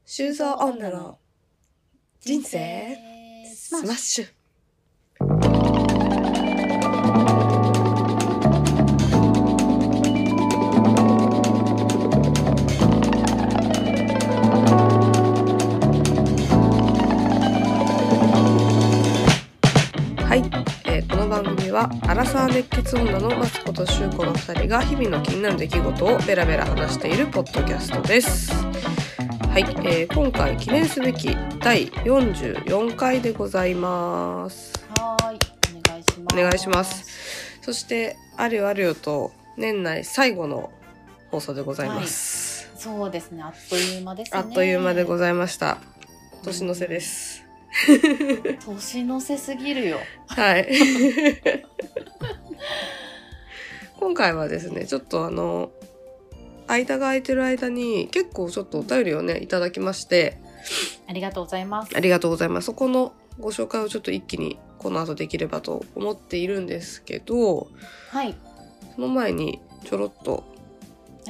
修造女の人生スマッシュ。はい、この番組はアラサー熱血女のマツコとシュウコの2人が日々の気になる出来事をベラベラ話しているポッドキャストです。はい、今回記念すべき第44回でございます。 はい、お願いします。 お願いします。そしてあれよあれよと年内最後の放送でございます。 はい、そうですね、あっという間ですね。 あっという間でございました。年の瀬です。 年の瀬すぎるよ。 はい。今回はですね、ちょっと間が空いてる間に結構ちょっとお便りをねいただきまして、 ありがとうございます。 ありがとうございます。そこのご紹介をちょっと一気にこの後できればと思っているんですけど、 はい。 その前にちょろっと、 はい。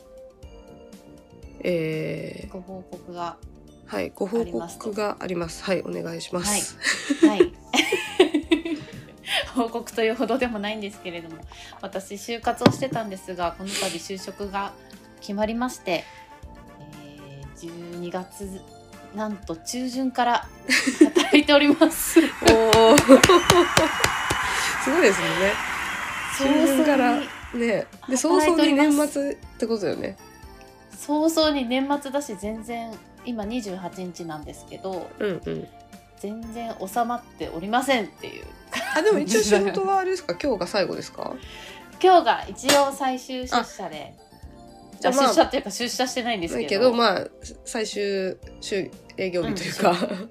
ご報告が。 はい、ご報告があります。はい、お願いします。 はい。はい、報告というほどでもないんですけれども、私就活をしてたんですが、この度就職が決まりまして、12月なんと中旬から働いております。 おーすごいですね。中旬からね、で早々に年末ってことだよね。 早々に年末だし、全然今28日なんですけど、 うんうん、 全然収まっておりませんっていう。 あ、でも一応仕事はあれですか？今日が最後ですか？ 今日が一応最終出社で、じゃあ、出社っていうか出社してないんですけど、 まあ最終営業日というか、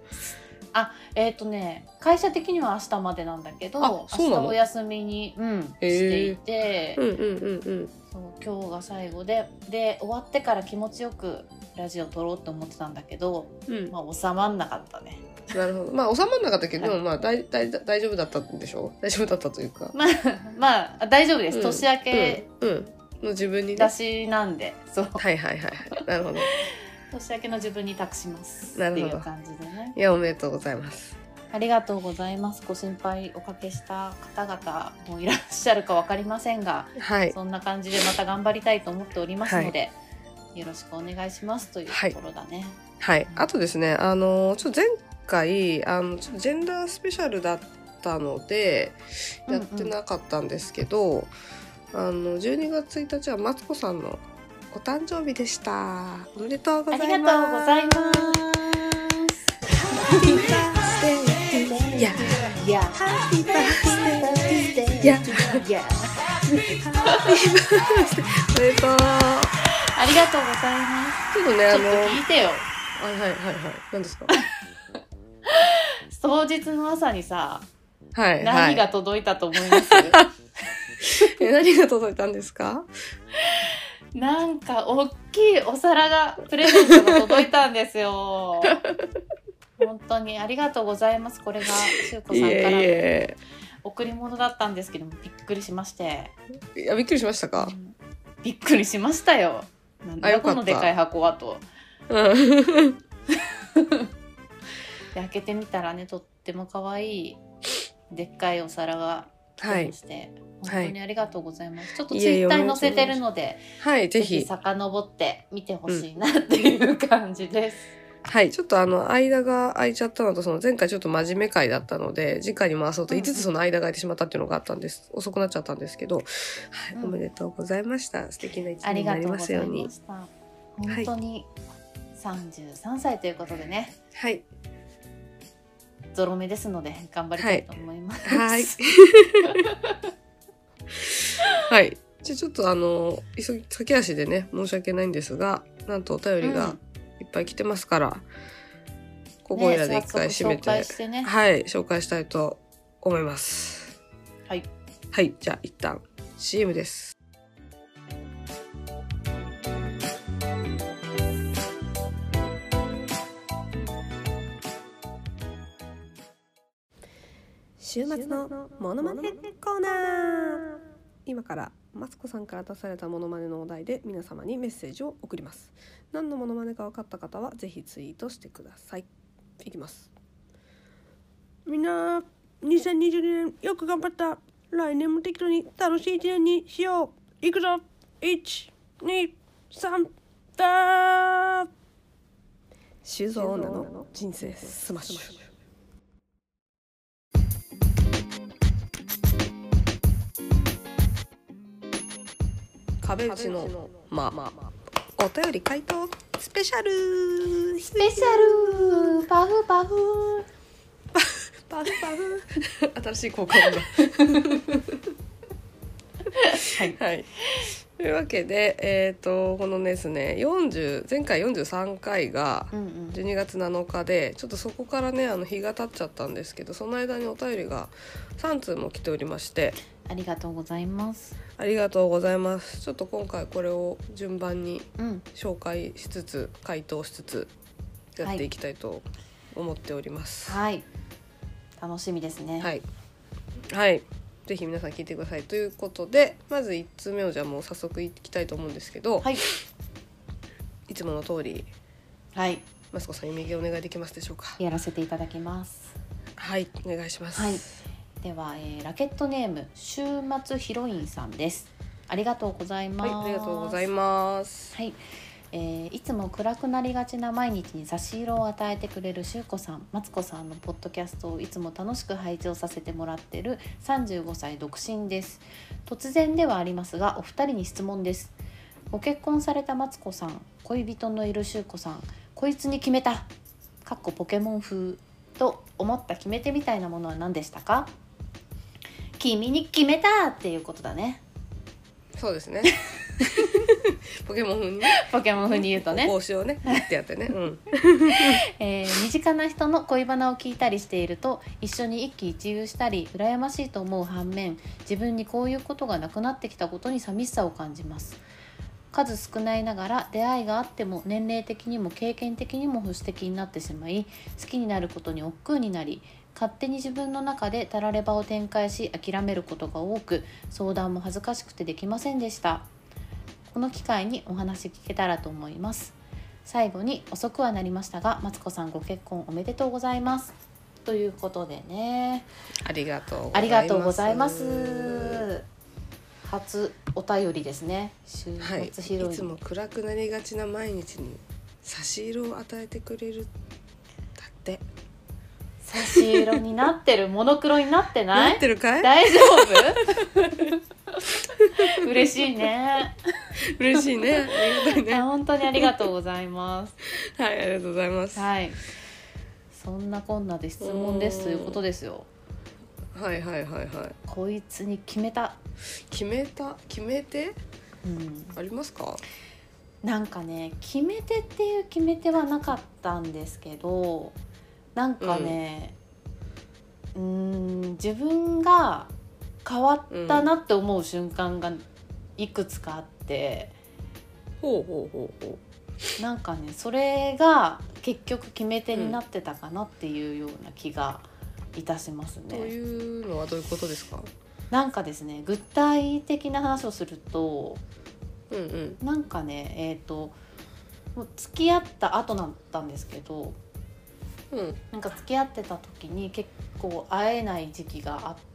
会社的には明日までなんだけど、明日お休みに、していて、そう今日が最後で終わってから気持ちよくラジオ撮ろうと思ってたんだけど、収まんなかったね。 なるほど。まあ収まんなかったけど、でもまあ大丈夫だったんでしょ？大丈夫だったというか、 まあ大丈夫です。年明けの自分にね、 出しなんで、そう。 はいなるほど。 年明けの自分に託しますっていう感じでね。 いや、おめでとうございます。 ありがとうございます。ご心配おかけした方々もいらっしゃるか分かりませんが、そんな感じでまた頑張りたいと思っておりますので、よろしくお願いしますというところだね。 はい。あとですね、ちょっと前回ちょっとジェンダースペシャルだったのでやってなかったんですけど、12月1日はマツコさんのお誕生日でした。おめでとうございます。 ありがとうございます。 いや、ハッピーバースデー。いや、ハッピーバースデー。おめでとう。 ありがとうございます。 ちょっとね、 ちょっと聞いてよ。 はい。何ですか？ 当日の朝にさ、 何が届いたと思います？ 何が届いたんですか？ なんか大きいお皿がプレゼントが届いたんですよ。本当にありがとうございます。これがしゅうこさんからの贈り物だったんですけども、びっくりしまして。 いや、びっくりしましたか？ びっくりしましたよ。なんだこのでかい箱はと。で開けてみたらね、とっても可愛いでっかいお皿が来てまして、本当にありがとうございます。ちょっとツイッターに載せてるので、ぜひ遡って見てほしいなっていう感じです。 はい。ちょっと間が空いちゃったのと、その前回ちょっと真面目回だったので、次回に回そうと5つその間が空いてしまったっていうのがあったんです。遅くなっちゃったんですけど、はい、おめでとうございました。素敵な一年になりますように。 本当に33歳ということでね。 はい。 ゾロ目ですので、頑張りたいと思います。 はい。はい。じゃあちょっと駆け足でね、申し訳ないんですが、なんとお便りが、いっぱい来てますから、ここいらで一回締めて、はい、紹介したいと思います。 はい。 はい、じゃあ一旦 CM です。週末のモノマネコーナー。今からマツコさんから出されたモノマネのお題で皆様にメッセージを送ります。何のモノマネか分かった方はぜひツイートしてください。いきます。みんな2022年よく頑張った。来年も適当に楽しい1年にしよう。いくぞ。1、2、3だ。修造女の人生スマッシュ。壁打ちのお便り回答スペシャルパフパフパフ新しい効果音だはい、というわけで、このですね前回43回が12月7日で、ちょっとそこからね日が経っちゃったんですけど、その間にお便りが3通も来ておりまして、 ありがとうございます。 ありがとうございます。ちょっと今回これを順番に紹介しつつ、回答しつつやっていきたいと思っております。 はい、楽しみですね。 はい、はい、ぜひ皆さん聞いてくださいということで、まず1通目をじゃあもう早速いきたいと思うんですけど、 はい、 いつもの通り、 はい、 マツコさん読み上げお願いできますでしょうか。 やらせていただきます。 はい、お願いします。 はい、では、ラケットネーム週末ヒロインさんです。ありがとうございます。 はい、ありがとうございます。 はい、いつも暗くなりがちな毎日に差し色を与えてくれるしゅうこさん、マツコさんのポッドキャストをいつも楽しく拝聴させてもらっている35歳独身です。突然ではありますがお二人に質問です。ご結婚されたマツコさん、恋人のいるしゅうこさん、こいつに決めたポケモン風と思った決め手みたいなものは何でしたか？君に決めたっていうことだね。 そうですねポケモン風にね、 ポケモン風に言うとね、 帽子をねってやってね、 身近な人の恋バナを聞いたりしていると、一緒に一喜一憂したり羨ましいと思う反面、自分にこういうことがなくなってきたことに寂しさを感じます。数少ないながら出会いがあっても年齢的にも経験的にも保守的になってしまい、好きになることに億劫になり、勝手に自分の中でたらればを展開し諦めることが多く、相談も恥ずかしくてできませんでした。この機会にお話聞けたらと思います。最後に遅くはなりましたが、マツコさんご結婚おめでとうございますということでね。 ありがとうございます。 初お便りですね。週末ヒロイン、 はい、いつも暗くなりがちな毎日に差し色を与えてくれる。だって差し色になってる、モノクロになってない？ なってるかい？ 大丈夫？嬉しいね。 嬉しいね。ありがたいね。 本当にありがとうございます。 はい、ありがとうございます。 はい。そんなこんなで質問ですということですよ。 はい。 こいつに決めた。 決め手？ありますか？ なんかね、決め手っていう決め手はなかったんですけど、なんかね、自分が変わったなって思う瞬間がいくつかあって、なんかね、それが結局決め手になってたかなっていうような気がいたしますね。 というのはどういうことですか？ なんかですね、具体的な話をすると、なんかね、もう付き合った後だったんですけど、なんか付き合ってた時に結構会えない時期があって、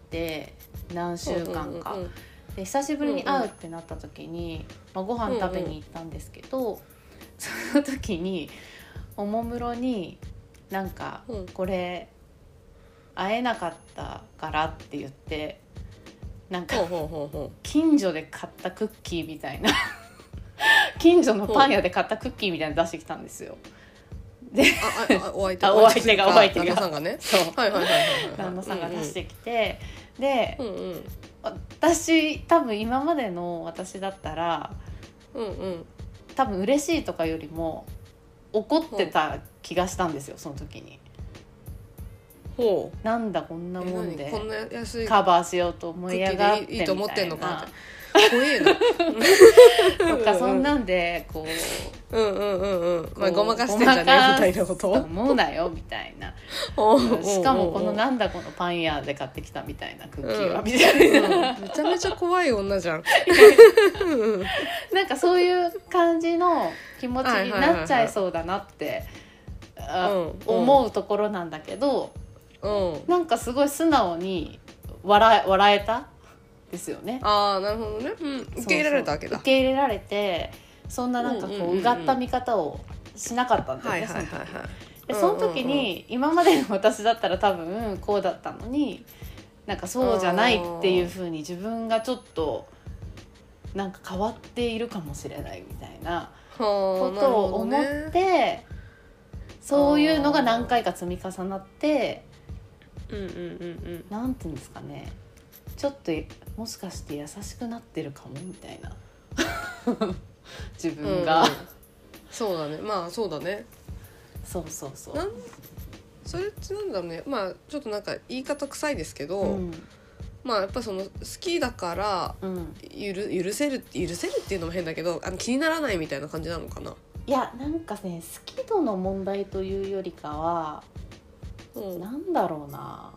何週間か、で久しぶりに会うってなった時に、ご飯食べに行ったんですけど、その時におもむろになんか、これ会えなかったからって言って、なんか近所で買ったクッキーみたいな近所のパン屋で買ったクッキーみたいなの出してきたんですよ。で、お相手が旦那さんがね、そう、旦那さんが出してきて、で、私多分今までの私だったら、多分嬉しいとかよりも怒ってた気がしたんですよ、その時に。なんだこんなもんでカバーしようと思いやがってみたいな。 怖えなとかそんなんでこうまあごまかしてんじゃねえみたいなこと思うなよみたいなしかもこのなんだこのパン屋で買ってきたみたいなクッキーはみたいな、 めちゃめちゃ怖い女じゃんなんかそういう感じの気持ちになっちゃいそうだなって思うところなんだけど、なんかすごい素直に笑えたですよね。 ああなるほどね、受け入れられたわけだ。 受け入れられてそんななんかこううがった見方をしなかったんだよね。でその時に今までの私だったら多分こうだったのになんかそうじゃないっていう風に自分がちょっとなんか変わっているかもしれないみたいなことを思って、そういうのが何回か積み重なってなんていうんですかね、ちょっともしかして優しくなってるかもみたいな自分が、 そうだね、まあそうだね、 そうそれってなんだろうね、まあちょっとなんか言い方臭いですけど、まあやっぱその好きだから、許せるっていうのも変だけど気にならないみたいな感じなのかな。 いやなんかね好き度の問題というよりかは、なんだろうな、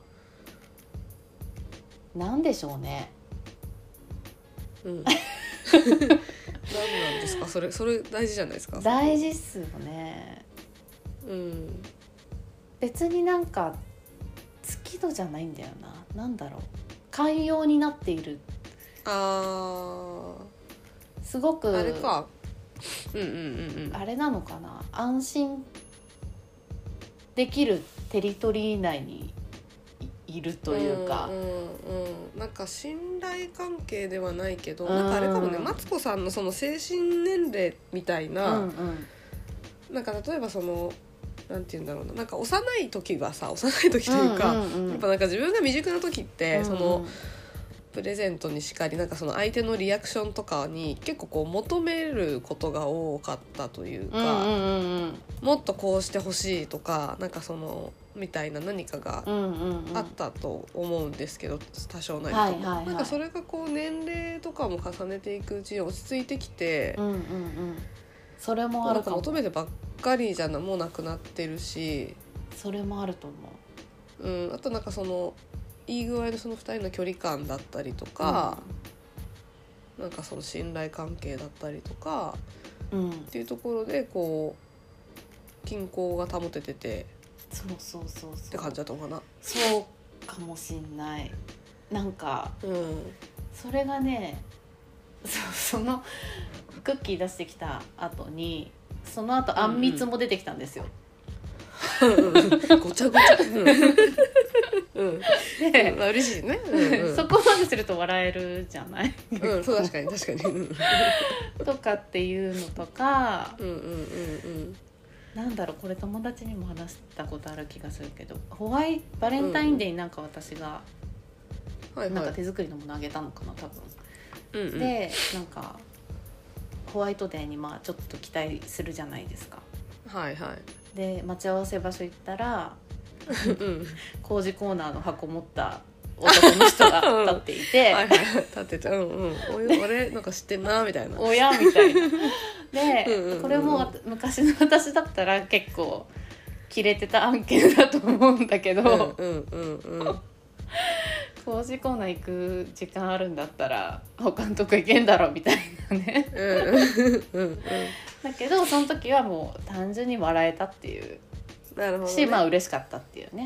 なんでしょうね。何なんですかそれ大事じゃないですか。 大事っすよね。別になんか好き度じゃないんだよな。なんだろう、寛容になっている。すごくあれか。 あれなのかな、安心できるテリトリー内にいるというか、 なんか信頼関係ではないけど、なんかあれかもね、マツコさんのその精神年齢みたいな、なんか例えばそのなんていうんだろうな、なんか幼い時というか、やっぱなんか自分が未熟な時って、そのプレゼントにしかりなんかその相手のリアクションとかに結構こう求めることが多かったというか、もっとこうしてほしいとかなんかそのみたいな何かがあったと思うんですけど、多少なりとも、なんかそれがこう年齢とかも重ねていくうちに落ち着いてきて、 それもあるかも。 求めてばっかりじゃもうなくなってるし、 それもあると思う。あとなんかそのいい具合のその2人の距離感だったりとか、なんかその信頼関係だったりとか、っていうところでこう均衡が保ててて、 そうって感じだと思うかな。 そうかもしんない。なんか、それがね、そのクッキー出してきた後にその後あんみつも出てきたんですよ。 ごちゃごちゃ。で、まあ嬉しいね。 そこまですると笑えるじゃない。 そう確かにとかっていうのとか、なんだろう、これ友達にも話したことある気がするけど、バレンタインデーになんか私がなんか手作りのものあげたのかな多分。でなんかホワイトデーにまあちょっと期待するじゃないですか。で待ち合わせ場所行ったら工事コーナーの箱持った男の人が立っていて立ってて俺なんか知ってんなみたいな親みたいなで、これも昔の私だったら結構キレてた案件だと思うんだけど、工事コーナー行く時間あるんだったら他のとこ行けんだろみたいなね。だけどその時はもう単純に笑えたっていう、 なるほどね、 しまあ嬉しかったっていうね。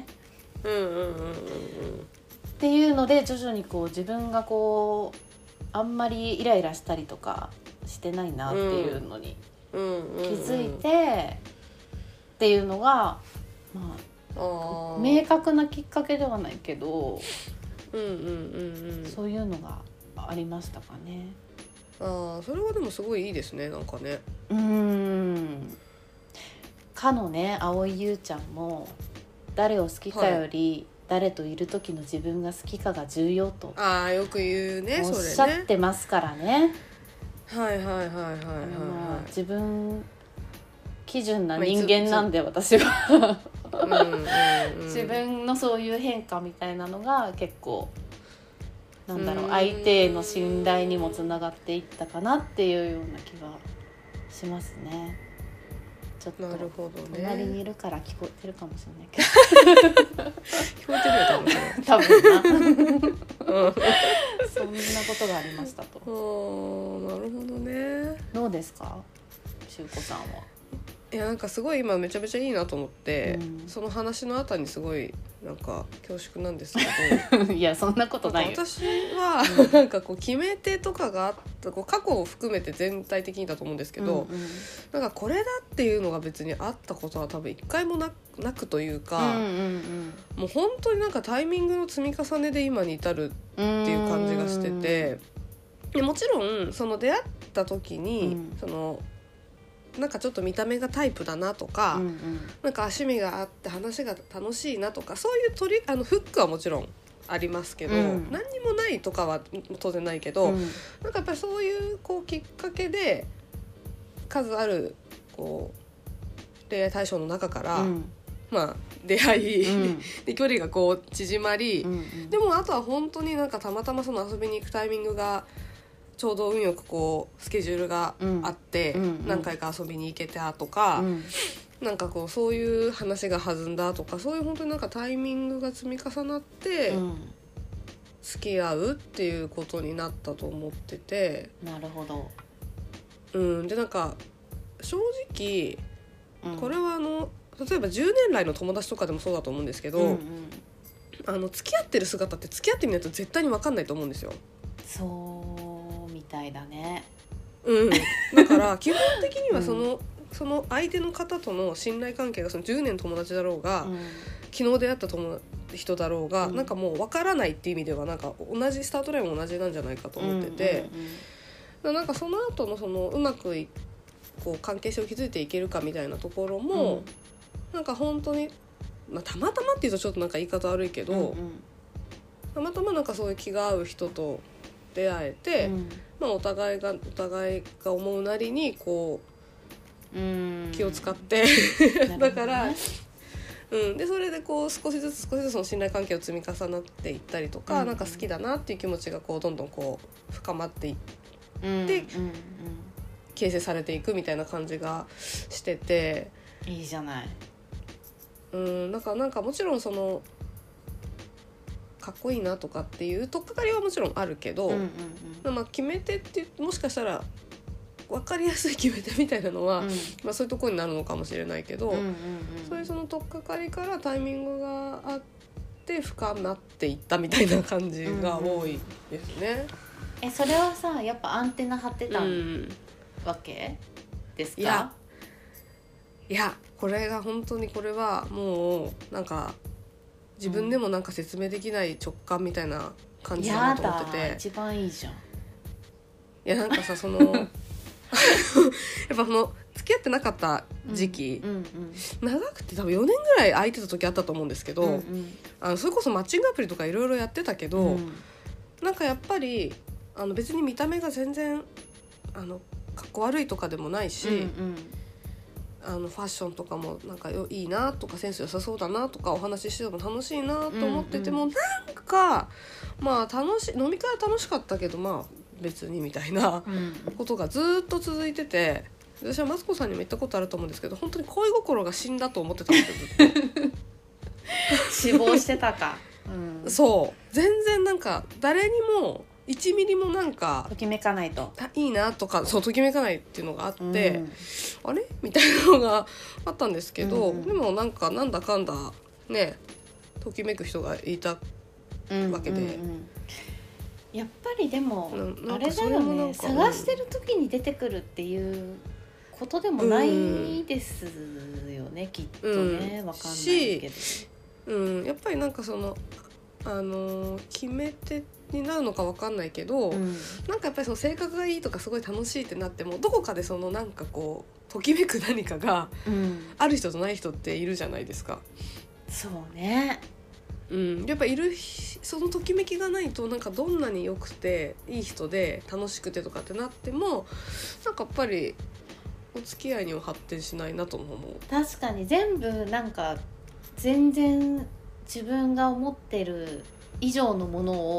っていうので徐々にこう自分がこうあんまりイライラしたりとかしてないなっていうのに気づいてっていうのがまあ明確なきっかけではないけど、そういうのがありましたかね。 それはでもすごいいいですね、なんかね。 かのね、蒼井優ちゃんも誰を好きかより、誰といる時の自分が好きかが重要とよく言うね、 おっしゃってますからね。自分基準な人間なんで、私は自分のそういう変化みたいなのが結構なんだろう、相手への信頼にもつながっていったかなっていうような気がしますね。ちょっとなるほど、ね、 隣にいるから聞こえてるかもしれないけど聞こえてるよ多分なそんなことがありましたと。 なるほどね。 どうですか、しゅうこさんは。 いやなんかすごい今めちゃめちゃいいなと思って、その話の後にすごいなんか恐縮なんですけどいやそんなことないよ。 私はなんかこう決め手とかがあったこう過去を含めて全体的にだと思うんですけど、なんかこれだっていうのが別にあったことは多分一回もなくというか、もう本当になんかタイミングの積み重ねで今に至るっていう感じがしてて、でもちろんその出会った時に、そのなんかちょっと見た目がタイプだなとか、なんか趣味があって話が楽しいなとか、そういうフックはもちろんありますけど、何にもないとかは当然ないけど、なんかやっぱりそういうこうきっかけで数あるこう恋愛対象の中から、まあ出会い、で距離がこう縮まり、でもあとは本当になんかたまたまその遊びに行くタイミングがちょうど運よくこうスケジュールがあって、何回か遊びに行けたとか、なんかこうそういう話が弾んだとか、そういう本当になんかタイミングが積み重なって付き合うっていうことになったと思ってて。 なるほど。 でなんか正直、これは例えば10年来の友達とかでもそうだと思うんですけど、付き合ってる姿って付き合ってみないと絶対に分かんないと思うんですよ。 そうみたいだね。 だから基本的にはその相手の方との信頼関係がその10年友達だろうが、昨日出会った人だろうが、なんかもう分からないっていう意味ではなんか同じスタートラインも同じなんじゃないかと思ってて、なんかその後のそのうまくこう関係性を築いていけるかみたいなところも、なんか本当に、たまたまっていうとちょっとなんか言い方悪いけど、たまたまなんかそういう気が合う人と出会えて、お互いが思うなりにこう気を使ってだから、でそれでこう少しずつその信頼関係を積み重なっていったりとか、なんか好きだなっていう気持ちがこうどんどんこう深まっていって、形成されていくみたいな感じがしてて、 いいじゃない。 なんかもちろんそのかっこいいなとかっていう取っかかりはもちろんあるけど、決め手ってもしかしたら分かりやすい決め手みたいなのは、そういうところになるのかもしれないけど、そういうその取っかかりからタイミングがあって深まっていったみたいな感じが多いですね。 それはさやっぱアンテナ張ってたわけですか？ いやこれが本当にこれはもうなんか自分でもなんか説明できない直感みたいな感じだなと思ってて。 やだ、一番いいじゃん。 いやなんかさそのやっぱその付き合ってなかった時期、長くて多分4年ぐらい空いてた時あったと思うんですけど、それこそマッチングアプリとかいろいろやってたけど、なんかやっぱり別に見た目が全然かっこ悪いとかでもないし、ファッションとかもなんかいいなとかセンス良さそうだなとかお話ししてても楽しいなと思ってても、なんか飲み会は楽しかったけど別にみたいなことがずっと続いてて、私はマツコさんにも言ったことあると思うんですけど、本当に恋心が死んだと思ってたんですよずっと死亡してたか、 そう全然なんか誰にも1ミリもなんかときめかないといいなとかときめかないっていうのがあって、あれみたいなのがあったんですけど、でもなんかなんだかんだねときめく人がいたわけで、 やっぱりでもあれだよね、探してる時に出てくるっていうことでもないですよね、きっとね、わかんないけど、 やっぱりなんかその決め手になるのか分かんないけど、なんかやっぱりその性格がいいとかすごい楽しいってなってもどこかでそのなんかこうときめく何かがある人とない人っているじゃないですか。 そうね、 やっぱいるそのときめきがないとなんかどんなに良くていい人で楽しくてとかってなってもなんかやっぱりお付き合いには発展しないなとも思う。 確かに全部なんか全然自分が思ってる以上のものを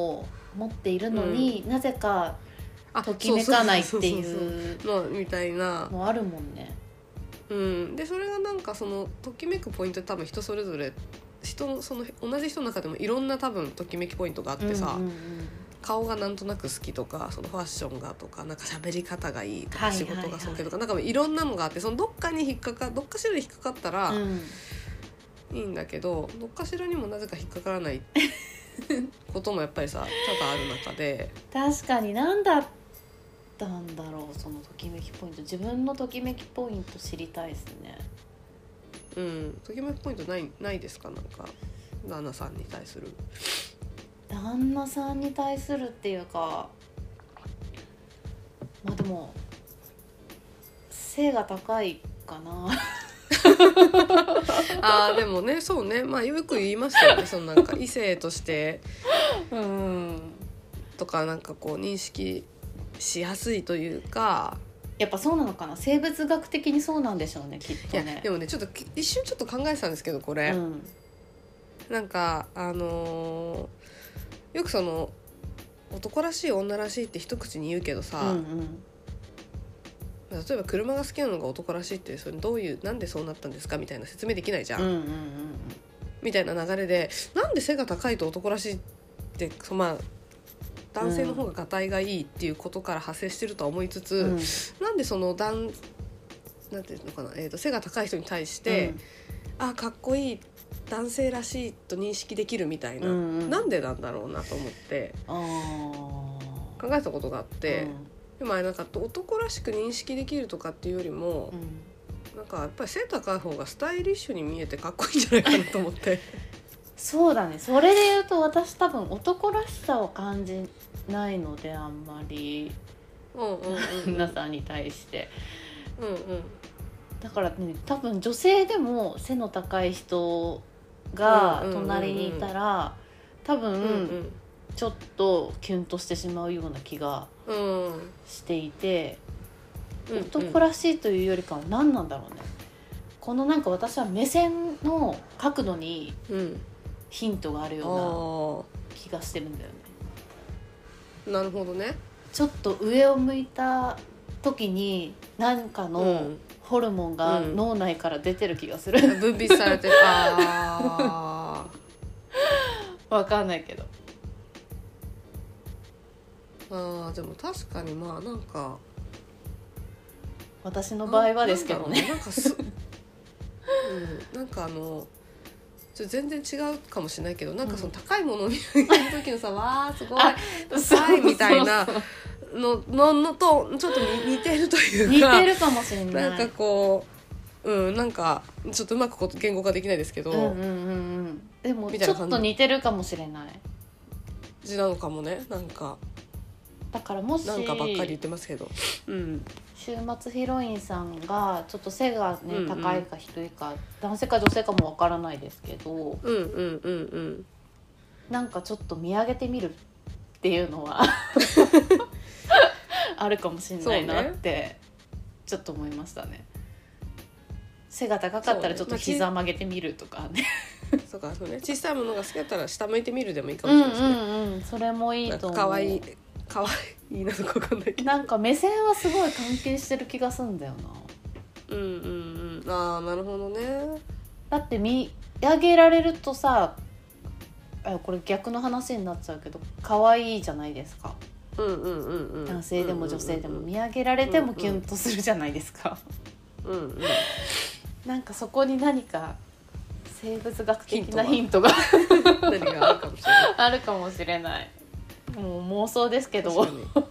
持っているのに、なぜかときめかないっていうみたいなもあるもんね。 でそれがなんかそのときめくポイントって多分人それぞれその同じ人の中でもいろんな多分ときめきポイントがあってさ、顔がなんとなく好きとか、そのファッションがとか、なんか喋り方がいいとか、仕事が尊敬とか、なんかいろんなのがあって、そのどっかしらに引っかかったらいいんだけど、どっかしらにもなぜか引っかからないこともやっぱりさ多々ある中で、 確かに何だったんだろう、そのときめきポイント。自分のときめきポイント知りたいですね。 ときめきポイントないですか？なんか旦那さんに対する。 旦那さんに対するっていうか、まあでも背が高いかな。 でもね、そうね、まあよく言いますよね、そのなんか異性としてとか、なんかこう認識しやすいというか、 やっぱそうなのかな、生物学的にそうなんでしょうね、きっとね。 いやでもね、ちょっと一瞬ちょっと考えてたんですけど、これ、なんかよくその男らしい女らしいって一口に言うけどさ、例えば車が好きなのが男らしいって、それどういう、なんでそうなったんですかみたいな説明できないじゃん、みたいな流れで、なんで背が高いと男らしいって、まあ男性の方ががたいがいいっていうことから派生してるとは思いつつ、なんでそのなんていうのかな、背が高い人に対して、かっこいい男性らしいと認識できるみたいな、なんでなんだろうなと思って考えたことがあって、でもあれなんか男らしく認識できるとかっていうよりも、なんかやっぱり背高い方がスタイリッシュに見えてかっこいいんじゃないかなと思って。 そうだね、それで言うと私多分男らしさを感じないので、あんまり皆さんに対して、だからね、多分女性でも背の高い人が隣にいたら、多分ちょっとキュンとしてしまうような気がしていて、男らしいというよりかは何なんだろうね、このなんか私は目線の角度にヒントがあるような気がしてるんだよね。 なるほどね。 ちょっと上を向いた時に何かのホルモンが脳内から出てる気がする、 分泌されてる。 わかんないけど、 でも確かに、まあなんか私の場合はですけどね、 なんか全然違うかもしれないけど、なんかその高いものを見る時のさ、わーすごい高いみたいなのとちょっと似てるというか、 似てるかもしれない。 なんかこう、なんかちょっとうまく言語化できないですけど、 でもちょっと似てるかもしれない字なのかもね。なんかだからもしなんかばっかり言ってますけど、 週末ヒロインさんがちょっと背がね、高いか低いか、男性か女性かもわからないですけど、なんかちょっと見上げてみるっていうのはあるかもしれないなってちょっと思いましたね。背が高かったらちょっと膝曲げてみるとかね。 そうか、そうね。小さいものが好きだったら下向いてみるでもいいかもしれないですね。 それもいいと思う。 かわいいなとかわかんないけど、 なんか目線はすごい関係してる気がするんだよな。なるほどね。 だって見上げられるとさ、これ逆の話になっちゃうけど、可愛いじゃないですか。男性でも女性でも見上げられてもキュンとするじゃないですか。なんかそこに何か生物学的なヒントが何があるかもしれない。 あるかもしれない。もう妄想ですけど。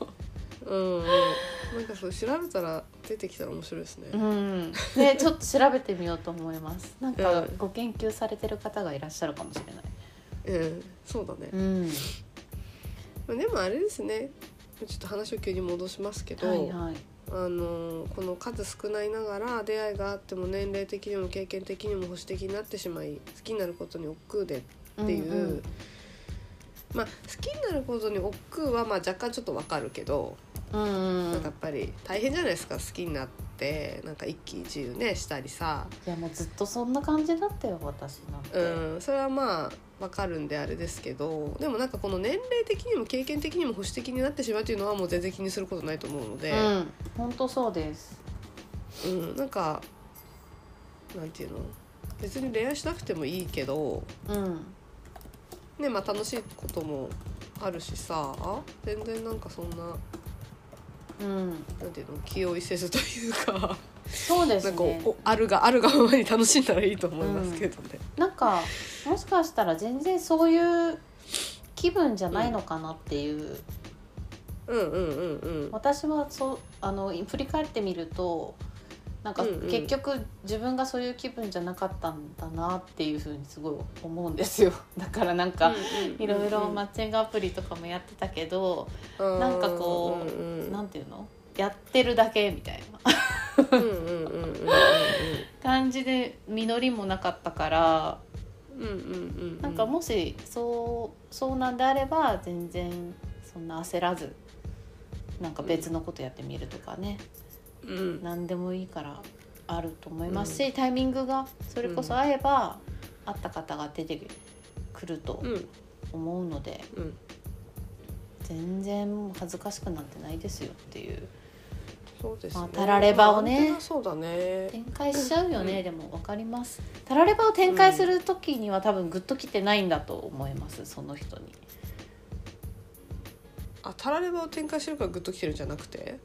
なんかそう調べたら出てきたら面白いですね。 ね、ちょっと調べてみようと思います。なんかご研究されてる方がいらっしゃるかもしれない。 そうだね。でもあれですね。ちょっと話を急に戻しますけど、この数少ないながら出会いがあっても年齢的にも経験的にも保守的になってしまい、好きになることに億劫でっていう、まあ好きになることに億劫はまあ若干ちょっとわかるけど、なんかやっぱり大変じゃないですか、好きになってなんか一喜一憂ねしたりさ。 いやもうずっとそんな感じだったよ私なんて。 それはまあ分かるんであれですけど、でもなんかこの年齢的にも経験的にも保守的になってしまうというのはもう全然気にすることないと思うので、 本当そうです。 なんかなんていうの、別に恋愛しなくてもいいけど、ね、まあ楽しいこともあるしさ、全然なんかそんな、なんていうの、気負いせずというかそうですね、 なんかあるがままに楽しんだらいいと思いますけどね、 なんかもしかしたら全然そういう気分じゃないのかなっていう、私は振り返ってみるとなんか結局自分がそういう気分じゃなかったんだなっていうふうにすごい思うんですよ。だからなんかいろいろマッチングアプリとかもやってたけど、なんかこう、なんていうの、やってるだけみたいな感じで実りもなかったから、なんかもしそうなんであれば全然そんな焦らず、なんか別のことやってみるとかね、何でもいいからあると思いますし、タイミングがそれこそ合えば、会った方が出てくると思うので、全然恥ずかしくなんてないですよっていう。 そうですね、 たらればをね、 そうだね、 展開しちゃうよね、でも分かります。たらればを展開する時には多分グッときてないんだと思います、その人に。 たらればを展開してるからグッときてるんじゃなくて、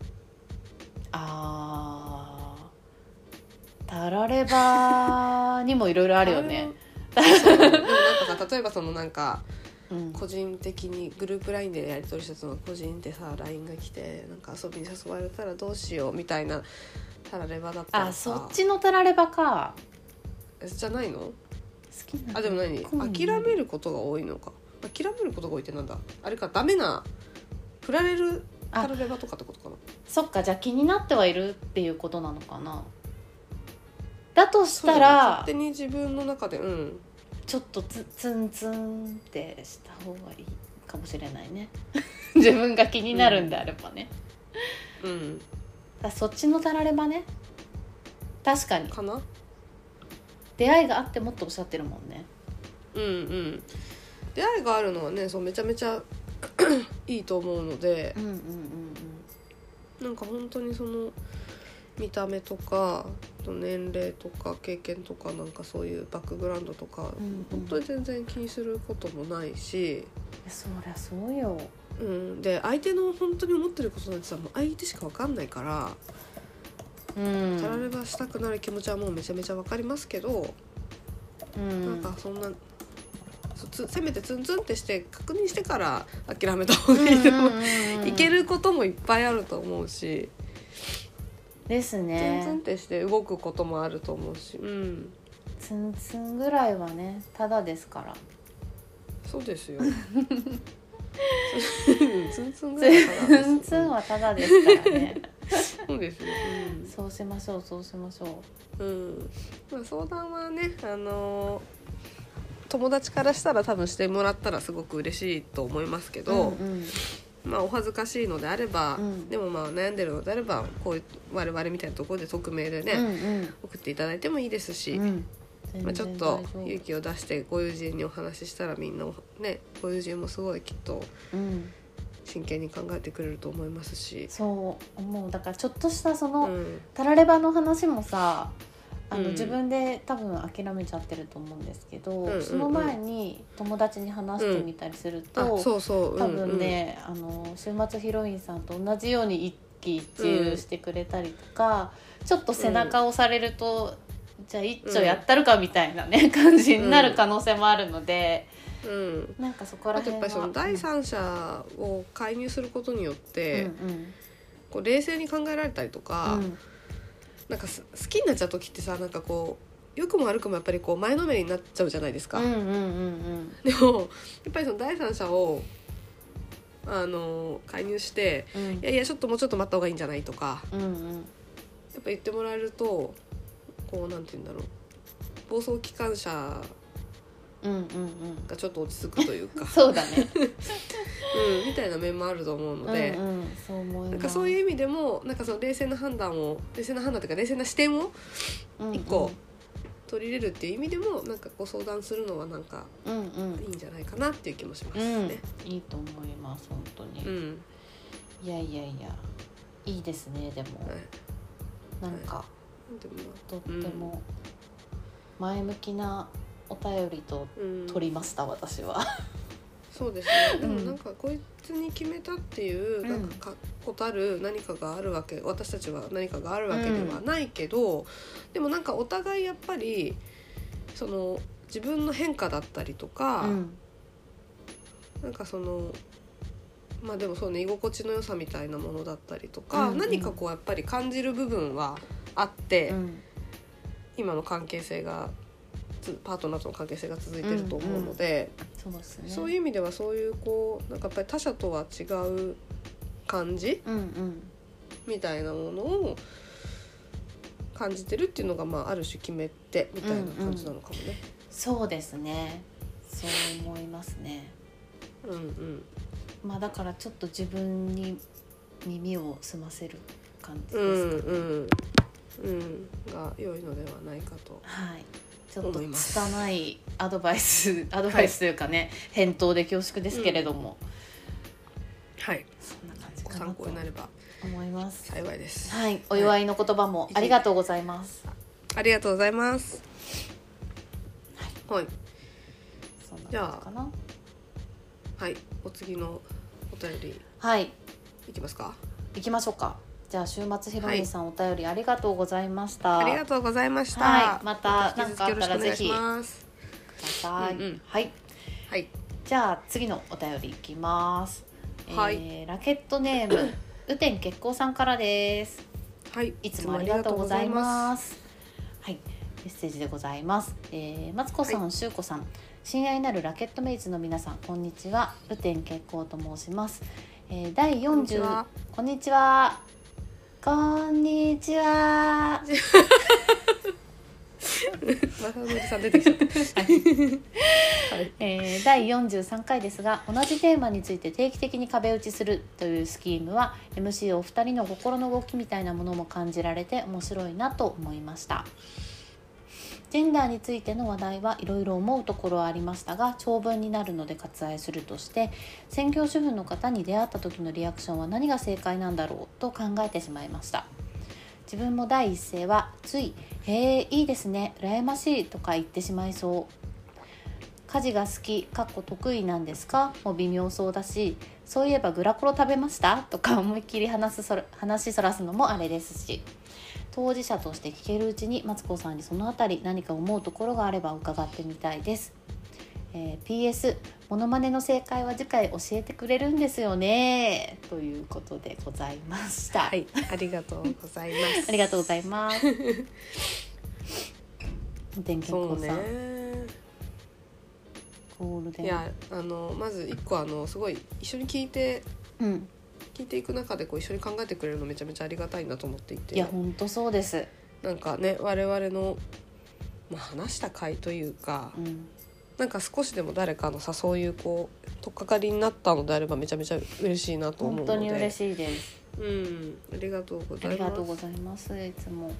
たらればにもいろいろあるよね。 そうでもなんか例えばそのなんか個人的にグループ LINE でやり取りしたその個人でさ LINE が来てなんか遊びに誘われたらどうしようみたいなたらればだったらさ、 そっちのたらればかじゃないの？好きなでも諦めることが多いのか。諦めることが多いってなんだ、あれか、ダメな振られるたらればとかってことかな。 そっか、じゃあ気になってはいるっていうことなのかな。だとしたら勝手に自分の中でちょっとツンツンってした方がいいかもしれないね自分が気になるんであればね、そっちのたらればね、確かにかな。 出会いがあってもっとおっしゃってるもんね。 出会いがあるのはね、そうめちゃめちゃいいと思うので、なんか本当にその見た目とか年齢とか経験とかなんかそういうバックグラウンドとか、本当に全然気にすることもないし、 そりゃそうよ、 で相手の本当に思ってることなんてさ、もう相手しか分かんないから、たらればしたくなる気持ちはもうめちゃめちゃ分かりますけど、なんかそんなせめてツンツンってして確認してから諦めた方がいいと思う。いけることもいっぱいあると思うしですね。 ツンツンってして動くこともあると思うし、 ツンツンぐらいはねただですから。 そうですよツンツンぐらいはただです。 ツンツンはただですからねそうですよ、 そうしましょう。 まあ、相談はね、友達からしたら多分してもらったらすごく嬉しいと思いますけど、まあお恥ずかしいのであれば、でもまあ悩んでるのであればこういう我々みたいなところで匿名でね、送っていただいてもいいですし、まあ、ちょっと勇気を出してご友人にお話ししたらみんなね、ご友人もすごいきっと真剣に考えてくれると思いますし、 そう思う。だからちょっとしたその、たらればの話もさ、自分で多分諦めちゃってると思うんですけど、その前に友達に話してみたりすると、多分ね、週末ヒロインさんと同じように一喜一憂してくれたりとか、ちょっと背中を押されると、じゃあ一丁やったるかみたいなね、感じになる可能性もあるので、なんかそこら辺はあとやっぱりその第三者を介入することによって、こう冷静に考えられたりとか、なんか好きになっちゃう時ってさ、なんかこう良くも悪くもやっぱりこう前のめりになっちゃうじゃないですか。でもやっぱりその第三者を介入して、いやいやちょっともうちょっと待った方がいいんじゃないとか、やっぱ言ってもらえるとこうなんて言うんだろう、暴走機関車がちょっと落ち着くというかそうだねみたいな面もあると思うので、 そう思います。 なんかそういう意味でもなんかその冷静な判断というか冷静な視点を一個取り入れるっていう意味でもなんかこう相談するのはなんかいいんじゃないかなっていう気もしますね。 いいと思います本当に。いやいいですね。でも、なんか、とっても前向きなお便りと取りました、私は。 そうですね。でもなんかこいつに決めたっていうなんか確固たる何かがあるわけ、私たちは何かがあるわけではないけど、でもなんかお互いやっぱりその自分の変化だったりとか、なんかそのまあでもそうね、居心地の良さみたいなものだったりとか、何かこうやっぱり感じる部分はあって、今の関係性がパートナーとの関係性が続いてると思うので、そういう意味ではそういうこうなんかやっぱり他者とは違う感じ、みたいなものを感じてるっていうのが、まあある種決め手みたいな感じなのかもね。 そうですね。そう思いますね。まあだからちょっと自分に耳を澄ませる感じですかね。 が良いのではないかと。 はい。ちょっと拙いアドバイスというかね、返答で恐縮ですけれども、 はい、 そんな感じかなと参考になれば思います。 幸いです。 はい、お祝いの言葉もありがとうございます。 ありがとうございます。はい。 そんな感じかな。 はい、お次のお便り。 はい。 いきますか。 いきましょうか。じゃあ週末ひろみさん、お便りありがとうございました。 ありがとうございました。 はい、また何かあったらぜひください。はい。 はい。 じゃあ次のお便りいきます。 はい。 ラケットネーム雨天結構さんからです。 はい。 いつもありがとうございます。はい。メッセージでございます。マツコさん、しゅうこさん、親愛なるラケットメイツの皆さん、こんにちは。雨天結構と申します。第40こんにちは。こんにちは。 またのりさん出てきちゃった。 第43回ですが、同じテーマについて定期的に壁打ちするというスキームは MC お二人の心の動きみたいなものも感じられて面白いなと思いました。ジェンダーについての話題はいろいろ思うところはありましたが、長文になるので割愛するとして、専業主婦の方に出会った時のリアクションは何が正解なんだろうと考えてしまいました。自分も第一声はついへえいいですね羨ましいとか言ってしまいそう。家事が好き得意なんですかも微妙そうだし、そういえばグラコロ食べましたとか思いっきり話そらすのもあれですし、当事者として聞けるうちにマツコさんにそのあたり何か思うところがあれば伺ってみたいです。PS モノマネの正解は次回教えてくれるんですよねということでございました。 はい、ありがとうございます。 ありがとうございます。 そうね。 ゴールデン。 いやまず一個すごい一緒に聞いていく中でこう一緒に考えてくれるのめちゃめちゃありがたいなと思っていて。 いや本当そうです。 なんかね我々の、話した回というか。なんか少しでも誰かのさそういうこう取っかかりになったのであればめちゃめちゃ嬉しいなと思うので、 本当に嬉しいです。 ありがとうございます。 ありがとうございます。いつも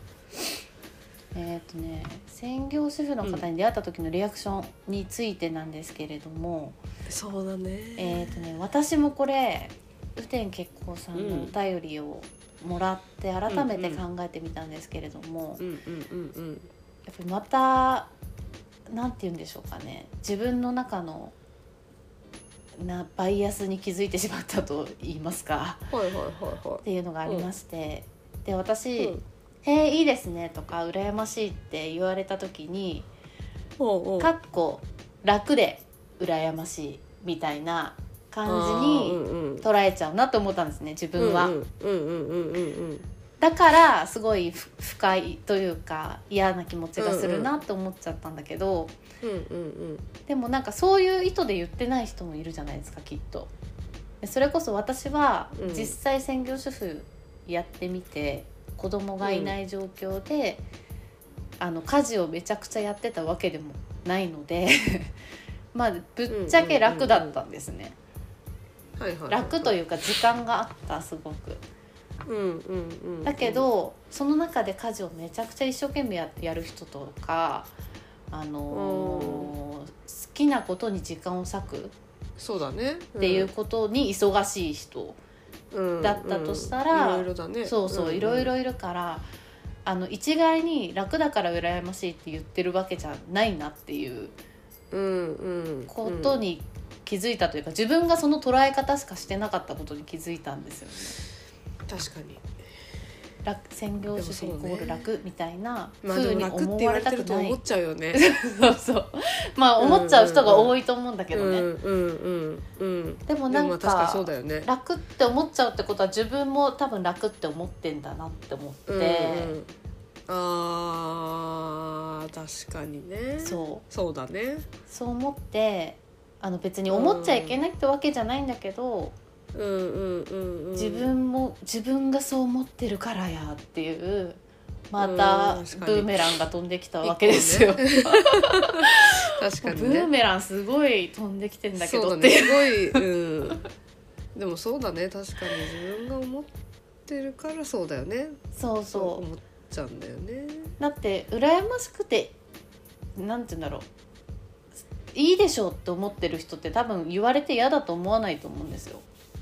専業主婦の方に出会った時のリアクションについてなんですけれども、 そうだね。 私もこれ雨天結構さんのお便りをもらって改めて考えてみたんですけれども、やっぱりまたなんて言うんでしょうかね、自分の中のバイアスに気づいてしまったと言いますか、っていうのがありまして、で私、へえいいですねとか羨ましいって言われた時にかっこ楽で羨ましいみたいな感じに捉えちゃうなと思ったんですね、自分は。だからすごい不快というか嫌な気持ちがするなと思っちゃったんだけど、でもなんかそういう意図で言ってない人もいるじゃないですか、きっと。それこそ私は実際専業主婦やってみて子供がいない状況で、家事をめちゃくちゃやってたわけでもないのでまあぶっちゃけ楽だったんですね。楽というか時間があった、すごく。 だけどその中で家事をめちゃくちゃ一生懸命やる人とか、好きなことに時間を割くそうだね、 っていうことに忙しい人だったとしたら、 いろいろだね。 そうそう、いろいろいるから、一概に楽だから羨ましいって言ってるわけじゃないなっていうことに気づいたというか、自分がその捉え方しかしてなかったことに気づいたんですよね。 確かに専業主婦イコール楽みたいな風に思われたくない。楽って言われてると思っちゃうよね。 そうそうまあ思っちゃう人が多いと思うんだけどね。でもなんか、確かにそうだよね。楽って思っちゃうってことは自分も多分楽って思ってんだなって思って、 あ確かにね。そうだね。 そう思って別に思っちゃいけないってわけじゃないんだけど、自分がそう思ってるからやっていうまたブーメランが飛んできたわけですよ。確かにね。ブーメランすごい飛んできてんだけどっていう。 すごい、でもそうだね、確かに自分が思ってるからそうだよね。そう思っちゃうんだよね。 だって羨ましくてなんて言うんだろう、いいでしょうって思ってる人って多分言われて嫌だと思わないと思うんですよ。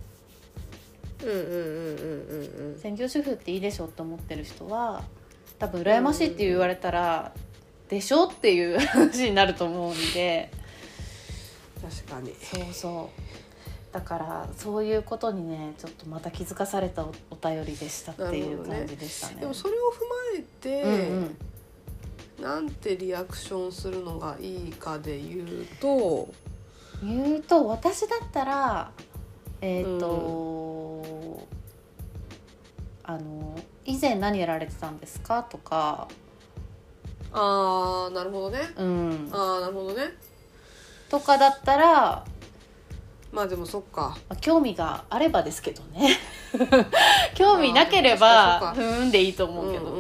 専業主婦っていいでしょって思ってる人は多分羨ましいって言われたら、でしょっていう話になると思うんで。 確かに。 そうだからそういうことにねちょっとまた気づかされた お便りでしたっていう感じでしたね。 でもそれを踏まえて、なんてリアクションするのがいいかで言うと私だったら以前何やられてたんですかとか。 なるほどね。なるほどね。 とかだったらまあでもそっか、 興味があればですけどね。興味なければふーんでいいと思うけど。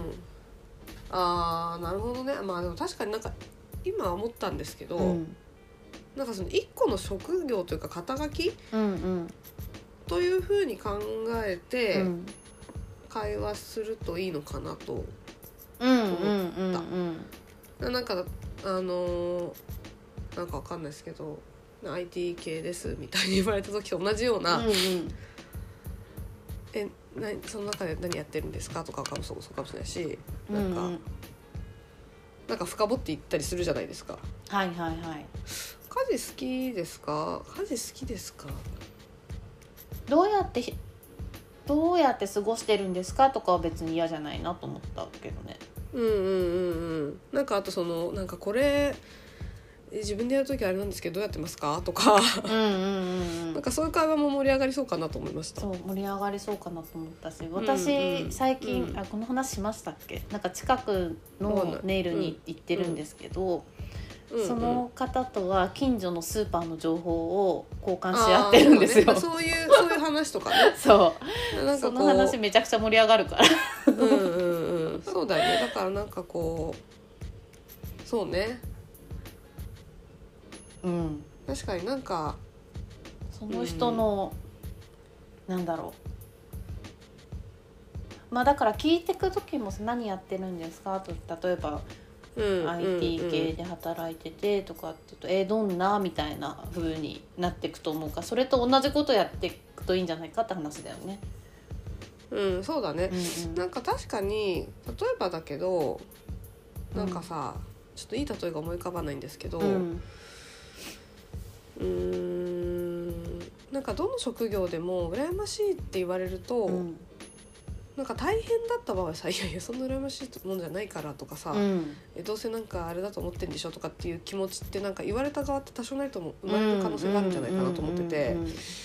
なるほどね。まあでも確かになんか今思ったんですけど、なんかその一個の職業というか肩書き、というふうに考えて会話するといいのかなと思った。なんかなんかわかんないですけど IT 系ですみたいに言われた時と同じような、その中で何やってるんですかとかそうかもしれないし、なんか深掘っていったりするじゃないですか。 はいはいはい。 家事好きですか？ どうやって過ごしてるんですかとかは別に嫌じゃないなと思ったけどね。 なんかあとなんかこれ自分でやるときあれなんですけどどうやってますかとかなんかそういう会話も盛り上がりそうかなと思いました。 そう盛り上がりそうかなと思ったし、私、最近この話しましたっけ？なんか近くのネイルに行ってるんですけど、その方とは近所のスーパーの情報を交換し合ってるんですよ。 そういう話とかね。 そうなんかその話めちゃくちゃ盛り上がるからそうだよね。だからなんかそうね。確かになんかその人の、なんだろう、まあだから聞いてく時も何やってるんですかと、例えばIT 系で働いててとかって言うとどんなみたいな風になっていくと思うか、それと同じことやっていくといいんじゃないかって話だよね。 そうだね。なんか確かに例えばだけどなんかさ、ちょっといい例えが思い浮かばないんですけど、なんかどの職業でも羨ましいって言われると、なんか大変だった場合さ、いやいやそんな羨ましいもんじゃないからとかさ、どうせなんかあれだと思ってんでしょとかっていう気持ちってなんか言われた側って多少ないとも生まれる可能性があるんじゃないかなと思ってて、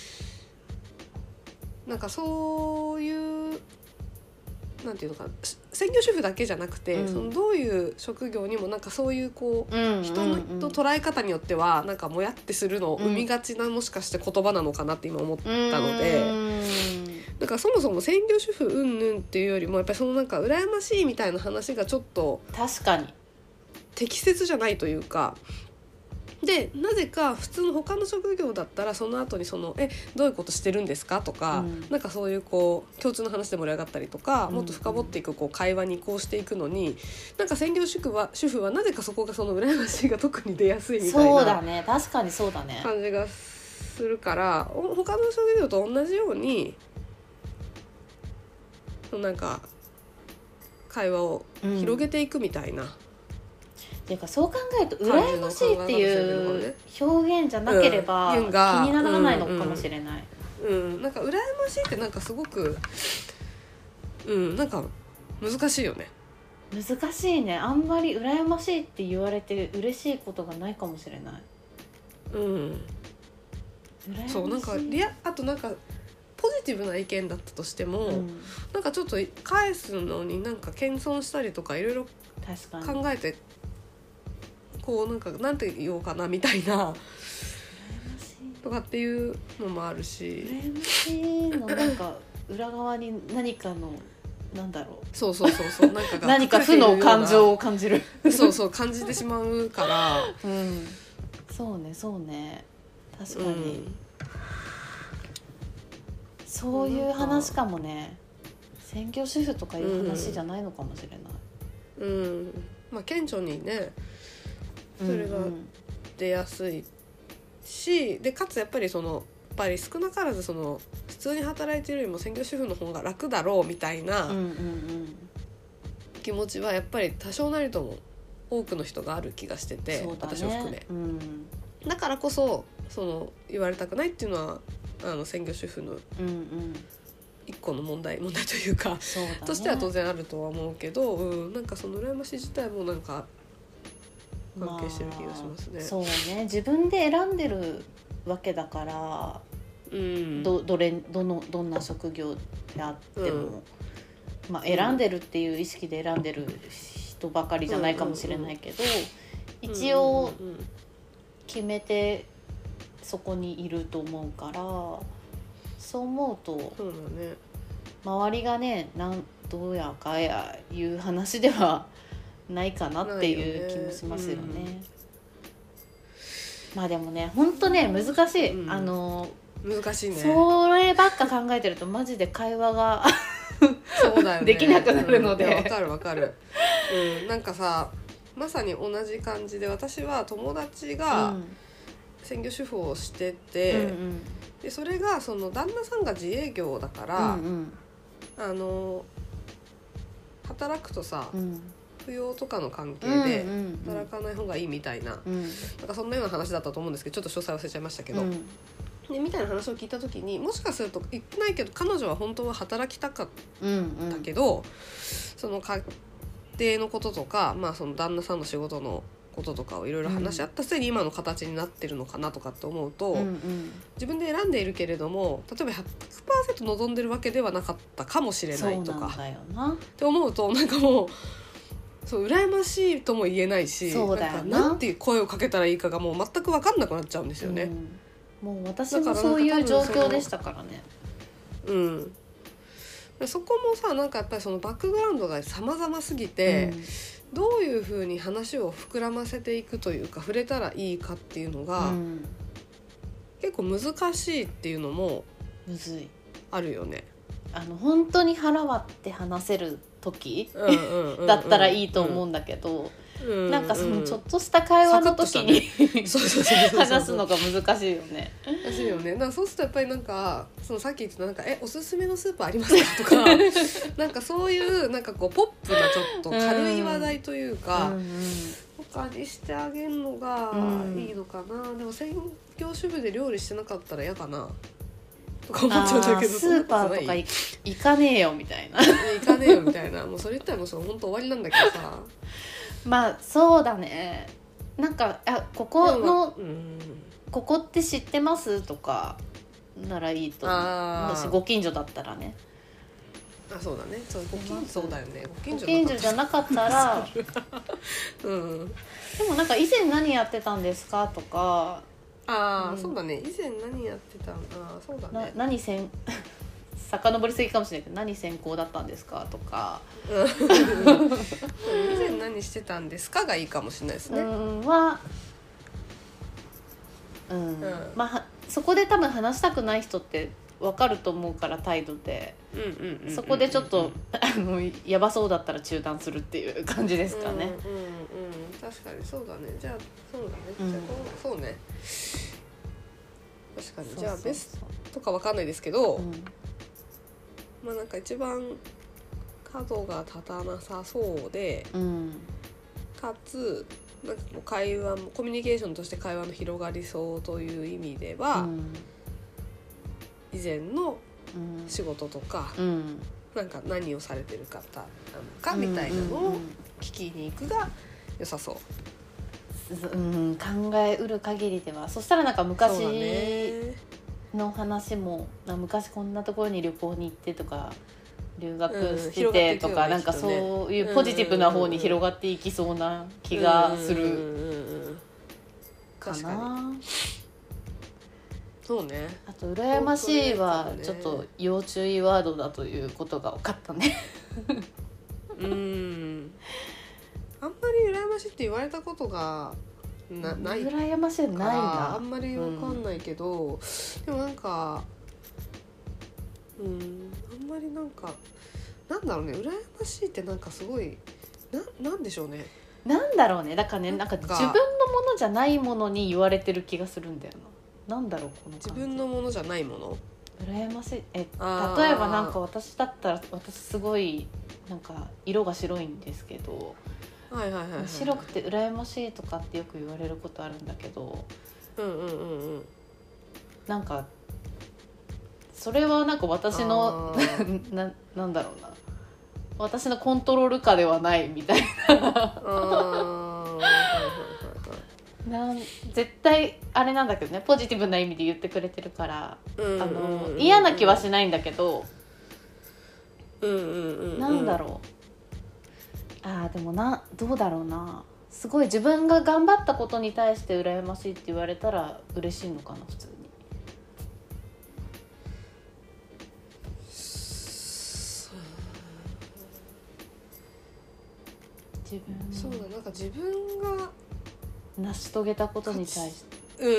なんかそういうなんていうのかな、専業主婦だけじゃなくて、そのどういう職業にもなんかそういう人の捉え方によってはなんかもやってするのを生みがちな、もしかして言葉なのかなって今思ったので、だからそもそも専業主婦うんぬんっていうよりもやっぱりそのなんか羨ましいみたいな話がちょっと確かに適切じゃないというか、 でなぜか普通の他の職業だったらその後にどういうことしてるんですかとか、なんかそういう共通の話で盛り上がったりとか、もっと深掘っていく会話に移行していくのに、なんか専業主婦はなぜかそこが羨ましいが特に出やすいみたいなそうだね、確かにそうだね感じがするから、他の職業と同じようになんか会話を広げていくみたいな、 っていうかそう考えると羨ましいっていう表現じゃなければ気にならないのかもしれない、 なんか羨ましいってなんかすごくなんか難しいよね。 難しいね。あんまり羨ましいって言われて嬉しいことがないかもしれない。 そうなんかあとなんかポジティブな意見だったとしても、なんかちょっと返すのになんか謙遜したりとかいろいろ考えてなんて言おうかなみたいなとかっていうのもあるし、 羨ましいのなんか裏側に何かのなんだろうそうなんかが何か負の感情を感じるそう感じてしまうからそうね確かに、そういう話かもね。専業主婦とかいう話じゃないのかもしれない。 まあ顕著にねそれが出やすいし、でかつやっぱり少なからず普通に働いてるよりも専業主婦の方が楽だろうみたいな気持ちはやっぱり多少なりとも多くの人がある気がしてて、私を含め、だからこそ言われたくないっていうのは専業主婦の一個の問題というかとしては当然あるとは思うけど、なんか羨ましい自体もなんか関係してる気がしますね。 そうね、自分で選んでるわけだから、どんな職業であっても、選んでるっていう意識で選んでる人ばかりじゃないかもしれないけど、一応決めてそこにいると思うから、そう思うと周りがねどうやかやいう話ではないかなっていう気もしますよね。まあでもね本当ね難しい、 難しいね。 そればっか考えてるとマジで会話がそうだよ、ね、 できなくなるので、 わかる、なんかさまさに同じ感じで、私は友達が専業主婦をしてて、でそれが旦那さんが自営業だから、働くとさ、扶養とかの関係で働かない方がいいみたいな、なんかそんなような話だったと思うんですけど、ちょっと詳細忘れちゃいましたけど、でみたいな話を聞いた時に、もしかすると言ってないけど彼女は本当は働きたかったけど、その家庭のこととか、旦那さんの仕事のこととかをいろいろ話し合った末に今の形になってるのかなとかって思うと、自分で選んでいるけれども例えば 100% 望んでるわけではなかったかもしれないとかって思うと、なんかもう羨ましいとも言えないし、なんていう声をかけたらいいかがもう全く分かんなくなっちゃうんですよね。 もう私もそういう状況でしたからね。 そこもさ、なんかやっぱりバックグラウンドが様々すぎて、どういう風に話を膨らませていくというか触れたらいいかっていうのが、結構難しいっていうのもむずいあるよね。 本当に腹割って話せる時だったらいいと思うんだけど、なんかちょっとした会話の時に話すのが難しいよね。 難しいよね。なんかそうするとやっぱりなんかさっき言ってたなんかおすすめのスープありますかとかなんかそういうなんかポップなちょっと軽い話題というか、他にしてあげるのがいいのかな。でも専業主婦で料理してなかったら嫌かなとか思っちゃうんだけど、 スーパーとか行かねえよみたいな行かねえよみたいな、もうそれ言ったらもう本当終わりなんだけどさ。 そうだね。なんかここって知ってますとかならいいと思う。もしご近所だったらね。 そうだね。ご近所そうだよね。 ご近所じゃなかったらでもなんか以前何やってたんですかとか。 そうだね。以前何やってたんだ。そうだね。 遡りすぎかもしれないけど何専攻だったんですかとか以前何してたんですかがいいかもしれないですね。 まあそこで多分話したくない人って分かると思うから態度で、そこでちょっとやばそうだったら中断するっていう感じですかね。 確かにそうだね。じゃあそうだね、じゃあそうね、確かに。じゃあベストか分かんないですけど、まあなんか一番角が立たなさそうで、かつなんかもう会話もコミュニケーションとして会話の広がりそうという意味では、以前の仕事とか、なんか何をされてる方なのかみたいなのを聞きに行くが良さそう。 考えうる限りでは。そしたらなんか昔の話も、昔こんなところに旅行に行ってとか留学しててとか、なんかそういうポジティブな方に広がっていきそうな気がするかな。 そうね。 あと羨ましいはちょっと要注意ワードだということが分かったね。 あんまり羨ましいって言われたことがない羨ましいないな。 あんまり分かんないけど、でもなんかあんまりなんかなんだろうね、羨ましいってなんかすごいなんでしょうね。 なんだろうね。だからね、なんか自分のものじゃないものに言われてる気がするんだよな。なんだろうこの感じ。 自分のものじゃないもの。 羨ましい。例えばなんか私だったら、私すごいなんか色が白いんですけど、白くて羨ましいとかってよく言われることあるんだけど、なんかそれはなんか私のなんだろうな、私のコントロール下ではないみたいな。絶対あれなんだけどね、ポジティブな意味で言ってくれてるから、嫌な気はしないんだけど、なんだろう、でもどうだろうな。すごい自分が頑張ったことに対して羨ましいって言われたら嬉しいのかな、普通に。 そうだ、なんか自分が成し遂げたことに対して、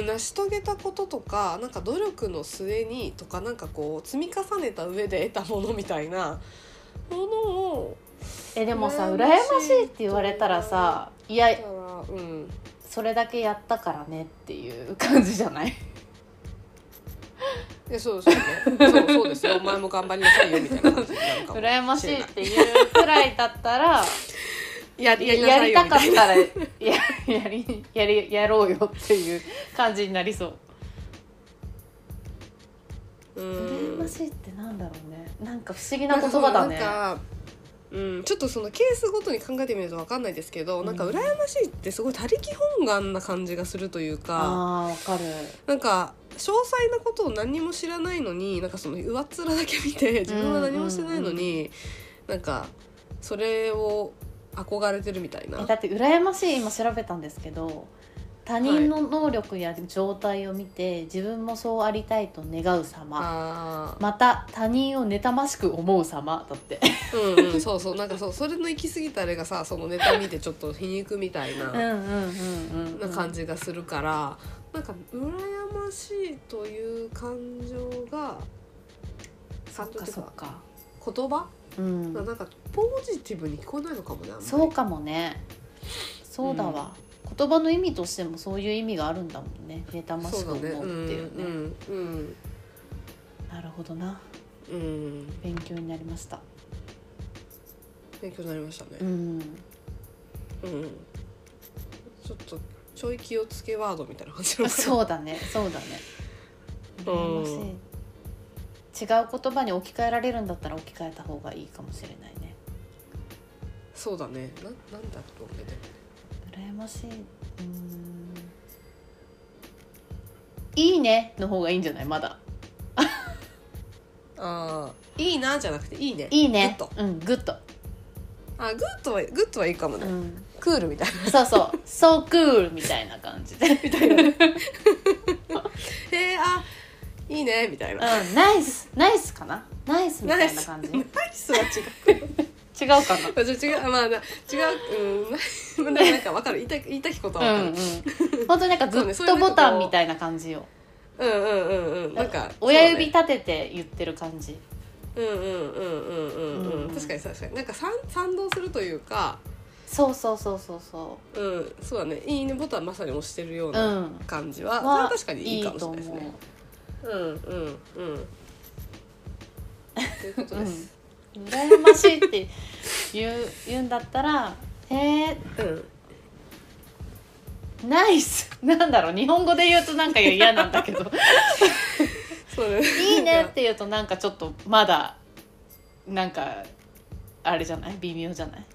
成し遂げたこととか、なんか努力の末にとか、なんかこう積み重ねた上で得たものみたいなものを。 でもさ、羨ましいって言われたらさ、いや、それだけやったからねっていう感じじゃない？ そうね。そうですよ。お前も頑張りなさいよみたいな感じになるかも。 羨ましいっていうくらいだったらやりたかったらやろうよっていう感じになりそう。羨ましいってなんだろうね。なんか不思議な言葉だね。 ちょっとそのケースごとに考えてみると分かんないですけど、なんか羨ましいってすごい他力本願な感じがするというか、 分かる。 なんか詳細なことを何も知らないのに、なんかその上っ面だけ見て自分は何もしてないのに、なんかそれを憧れてるみたいな。 だって羨ましい、今調べたんですけど、他人の能力や状態を見て、自分もそうありたいと願う様、また他人を妬ましく思う様だって。 そうなんかそれの行き過ぎたあれがさ、その妬みでちょっと皮肉みたいな感じがするから、なんか羨ましいという感情が言葉、なんかポジティブに聞こえないのかもね。 そうかもね。そうだわ。言葉の意味としてもそういう意味があるんだもんね。妬ましく思うっていうね。なるほどな。勉強になりました。 勉強になりましたね。ちょっとちょい気をつけワードみたいな感じの。 そうだね。羨ましい。違う言葉に置き換えられるんだったら置き換えた方がいいかもしれないね。 そうだね。なんだろうね。 羨ましい。いいねの方がいいんじゃない？まだ。 いいなじゃなくていいね。 いいね。 グッド。 グッド。 グッドはいいかもね。クールみたいな。そう。So cool みたいな感じで。みたいな。 いいねみたいな。 ナイスかな。ナイスみたいな感じ。 ナイスは違う。 違うかな。 違う、まあ違う、うん、なんか分かる、言いたいことは分かる。本当になんかずっとボタンみたいな感じよ。 なんか親指立てて言ってる感じ。 確かになんか賛同するというか、 そうそうだね、いいねボタンまさに押してるような感じは、それは確かにいいかもしれないですね。ということです。 羨ましいって言うんだったら、ナイスなんだろう、日本語で言うとなんか嫌なんだけどそうね、 いいねって言うとなんかちょっとまだなんかあれじゃない、微妙じゃない。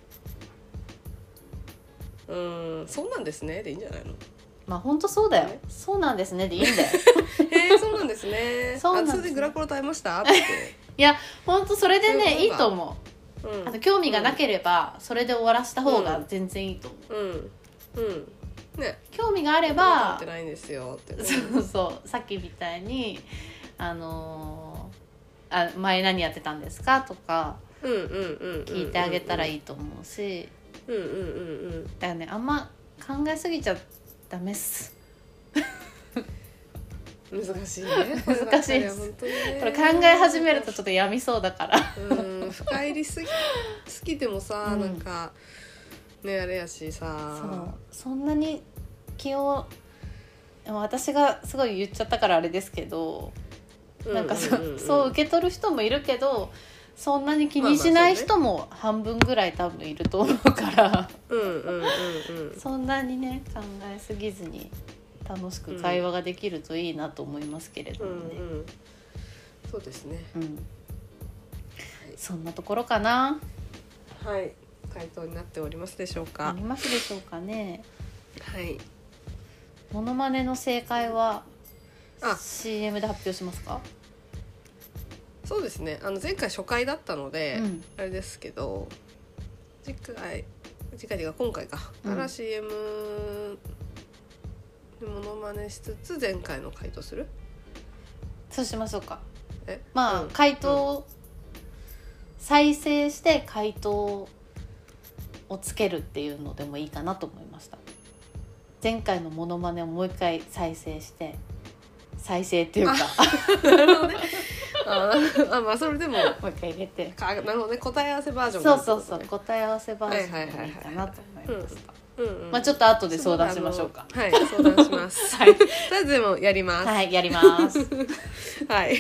そうなんですねでいいんじゃないの。 まあ本当そうだよ、そうなんですねでいいんだよそうなんですね。それでグラコロ食べましたっていや本当それでねいいと思う。あと興味がなければそれで終わらせた方が全然いいと思う。ね、興味があれば食べてないんですよって、 そうさっきみたいに前何やってたんですかとか聞いてあげたらいいと思うし、だからね、あんま考えすぎちゃダメっす難しいね。 難しいです。本当にね、これ考え始めるとちょっとやみそうだから深入りすぎてもさ、なんかねあれやしさ、 そんなに私がすごい言っちゃったからあれですけど、なんかそう受け取る人もいるけど、そんなに気にしない人も半分ぐらい多分いると思うからそんなにね考えすぎずに楽しく会話ができるといいなと思いますけれどもね。 そうですね、 そんなところかな。 はい、回答になっておりますでしょうか。 ありますでしょうかね。 はい。 モノマネの正解は CM で発表しますか。 そうですね、前回初回だったので、あれですけど、次回というか今回かから CM でモノマネしつつ前回の回答する。 そうしましょうか。回答、再生して回答をつけるっていうのでもいいかなと思いました。前回のモノマネをもう一回再生して再生っていうかなるほどねまあそれでももう一回入れて、 なるほどね、答え合わせバージョン、 そう答え合わせバージョンがいいかなと思いました。まあちょっと後で相談しましょうか。 はい、相談しますとりあえずでもやります。 はい、やりますはい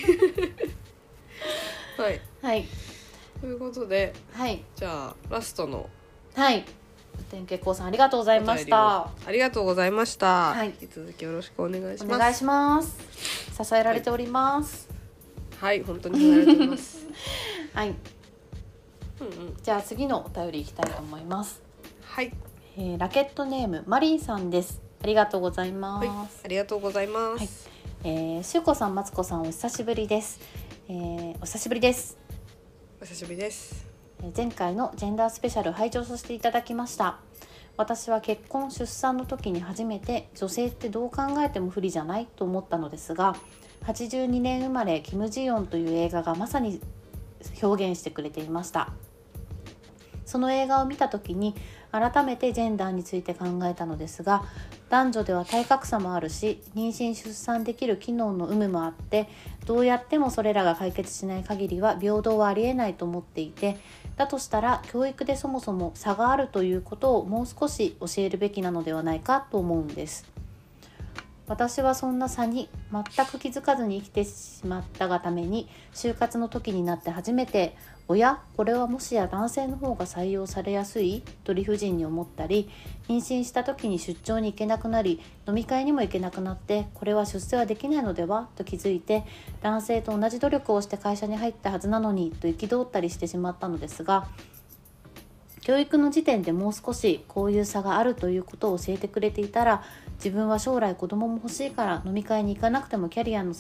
はい、 ということで、じゃあラストの天気こうさんありがとうございました。 ありがとうございました。引き続きよろしくお願いします。 お願いします。支えられております。 はい、本当に支えられておりますはい、じゃあ次のお便りいきたいと思います。 はい、 ラケットネームマリーさんです。ありがとうございます。 ありがとうございます。 しゅうこさん、まつこさん、お久しぶりです。お久しぶりです。 お久しぶりです。 前回のジェンダースペシャル拝聴させていただきました。私は結婚出産の時に初めて女性ってどう考えても不利じゃないと思ったのですが、82年生まれキム・ジヨンという映画がまさに表現してくれていました。その映画を見た時に改めてジェンダーについて考えたのですが、男女では体格差もあるし、妊娠出産できる機能の有無もあって、どうやってもそれらが解決しない限りは平等はありえないと思っていて、だとしたら教育でそもそも差があるということをもう少し教えるべきなのではないかと思うんです。私はそんな差に全く気づかずに生きてしまったがために、就活の時になって初めて、おや、これはもしや男性の方が採用されやすいと理不尽に思ったり、妊娠した時に出張に行けなくなり、飲み会にも行けなくなって、これは出世はできないのではと気づいて、男性と同じ努力をして会社に入ったはずなのにと憤ったりしてしまったのですが、教育の時点でもう少しこういう差があるということを教えてくれていたら、自分は将来子供も欲しいから飲み会に行かなくてもキャリアに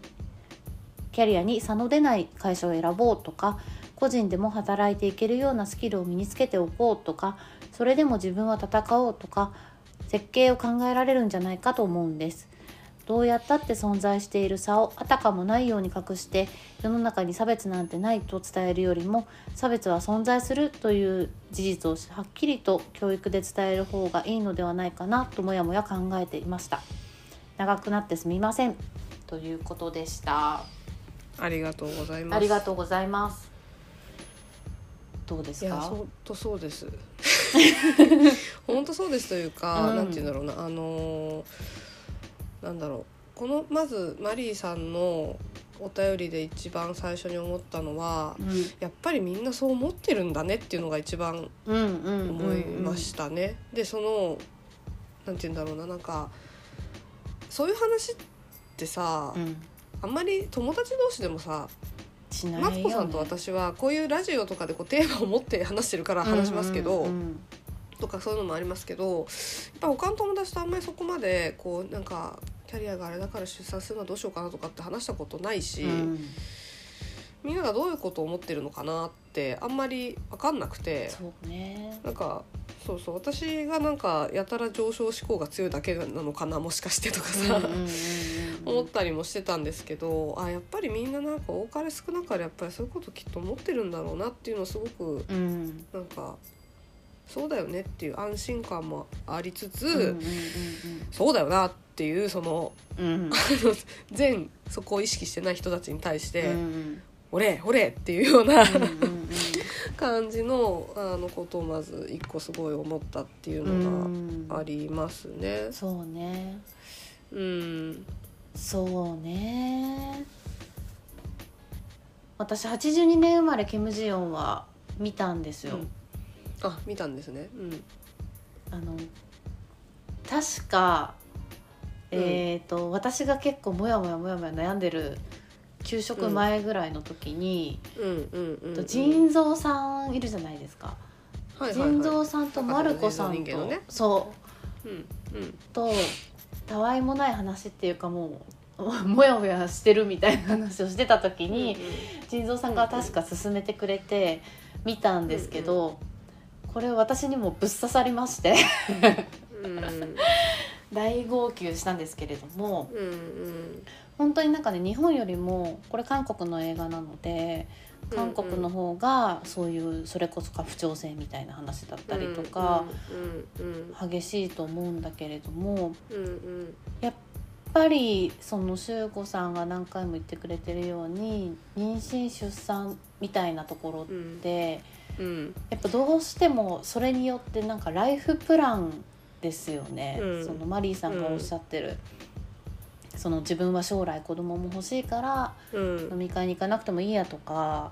差の出ない会社を選ぼうとか、個人でも働いていけるようなスキルを身につけておこうとか、それでも自分は戦おうとか、設計を考えられるんじゃないかと思うんです。 どうやったって存在している差をあたかもないように隠して世の中に差別なんてないと伝えるよりも、差別は存在するという事実をはっきりと教育で伝える方がいいのではないかなともやもや考えていました。長くなってすみませんということでした。 ありがとうございます。 ありがとうございます。どうですか？ いや、本当そうです本当そうですというか、なんていうんだろうな、なんだろう、このまずマリーさんのお便りで一番最初に思ったのは、やっぱりみんなそう思ってるんだねっていうのが一番思いましたね。で、そのなんていうんだろうな、なんかそういう話ってさ、あんまり友達同士でもさ、マツコさんと私はこういうラジオとかでこうテーマを持って話してるから話しますけど、とかそういうのもありますけど、やっぱ他の友達とあんまりそこまでこうなんかキャリアがあれだから出産するのはどうしようかなとかって話したことないし、みんながどういうことを思ってるのかなってあんまり分かんなくて、 そうね、 なんかそうそう、私がなんかやたら上昇志向が強いだけなのかなもしかしてとかさ、思ったりもしてたんですけど、やっぱりみんななんか多かれ少なかれやっぱりそういうこときっと思ってるんだろうなっていうのをすごく、なんかそうだよねっていう安心感もありつつ、そうだよなっていうその、全そこを意識してない人たちに対して、ほれほれっていうような感じのことをまず一個すごい思ったっていうのがありますね。 そうね、そうね。私82年生まれキム・ジヨンは見たんですよ。 見たんですね。 確か私が結構もやもや悩んでる給食前ぐらいの時に、腎臓さんいるじゃないですか。腎臓さんとマルコさんと、そう、とたわいもない話っていうか、もうもやもやしてるみたいな話をしてた時に、腎臓さんが確か勧めてくれて見たんですけど、これ私にもぶっ刺さりまして大号泣したんですけれども、本当になんかね、日本よりもこれ韓国の映画なので、韓国の方がそういうそれこそ家父長制みたいな話だったりとか激しいと思うんだけれども、やっぱりその修吾さんが何回も言ってくれてるように、妊娠出産みたいなところってやっぱどうしてもそれによってなんかライフプランですよね。そのマリーさんがおっしゃってる、その自分は将来子供も欲しいから、飲み会に行かなくてもいいやとか、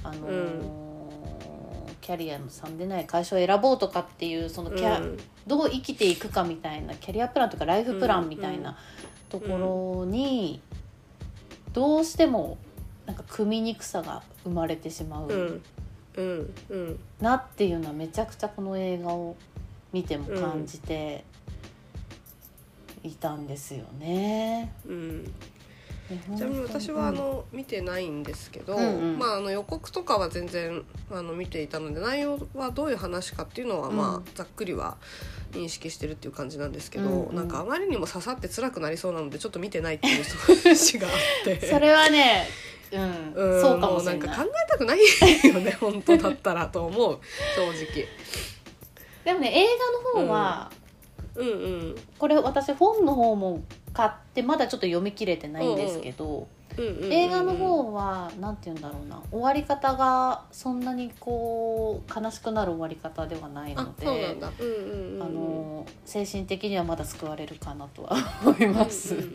キャリアの差でない会社を選ぼうとかっていう、そのどう生きていくかみたいなキャリアプランとかライフプランみたいなところにどうしてもなんか組みにくさが生まれてしまうなっていうのはめちゃくちゃこの映画を見ても感じていたんですよね。 ちなみに私は見てないんですけど、予告とかは全然見ていたので、内容はどういう話かっていうのはざっくりは認識してるっていう感じなんですけど、なんかあまりにも刺さって辛くなりそうなのでちょっと見てないっていう節があってそれはね、そうかもしれない。 なんか考えたくないよね本当だったらと思う正直。 でもね、映画の方は、これ私本の方も買ってまだちょっと読み切れてないんですけど、映画の方はなんて言うんだろうな、終わり方がそんなにこう悲しくなる終わり方ではないので、精神的にはまだ救われるかなとは思います。はい。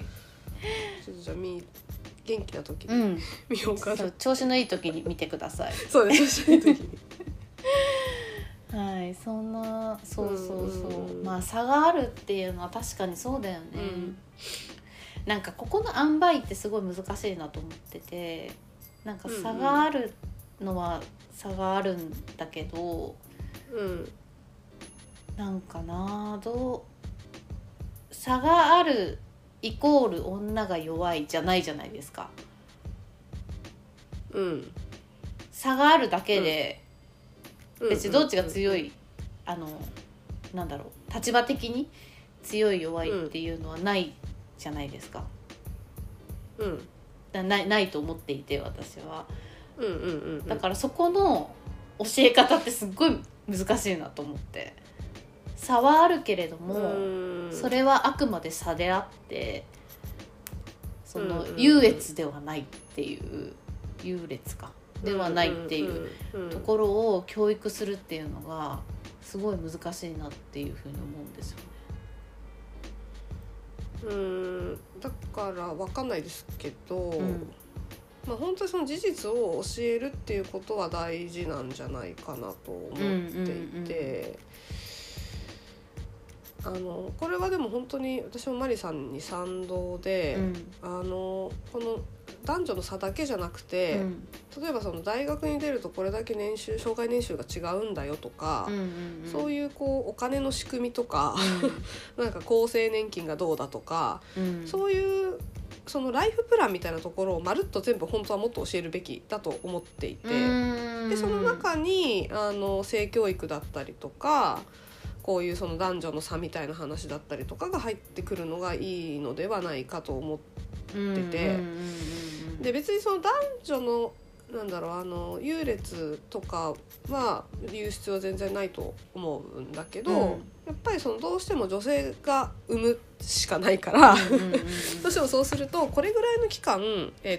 ちょっとじゃあ元気な時に見ようかな。 そう、調子のいい時に見てください。 そうです、調子のいい時にはい、そんな、そう、まあ差があるっていうのは確かにそうだよね。なんかここの塩梅ってすごい難しいなと思ってて、なんか差があるのは差があるんだけど、なんかな、差があるイコール女が弱いじゃないじゃないですか。差があるだけで、別にどっちが強い、なんだろう、立場的に強い弱いっていうのはないじゃないですか、ないと思っていて私は、だからそこの教え方ってすっごい難しいなと思って。差はあるけれどもそれはあくまで差であってその優劣ではないっていう優劣かではないっていうところを教育するっていうのがすごい難しいなっていうふうに思うんですよね。 だから分かんないですけど、本当にその事実を教えるっていうことは大事なんじゃないかなと思っていて、これはでも本当に私もマリさんに賛同で、この男女の差だけじゃなくて、例えばその大学に出るとこれだけ障害年収が違うんだよとか、そういうお金の仕組みとか、なんか厚生年金がどうだとか、そういうそのライフプランみたいなところをまるっと全部本当はもっと教えるべきだと思っていて、でその中に性教育だったりとかこういうその男女の差みたいな話だったりとかが入ってくるのがいいのではないかと思ってて、で別にその男女の優劣とかは言う必要は全然ないと思うんだけど、やっぱりそのどうしても女性が産むしかないからどうしてもそうするとこれぐらいの期間、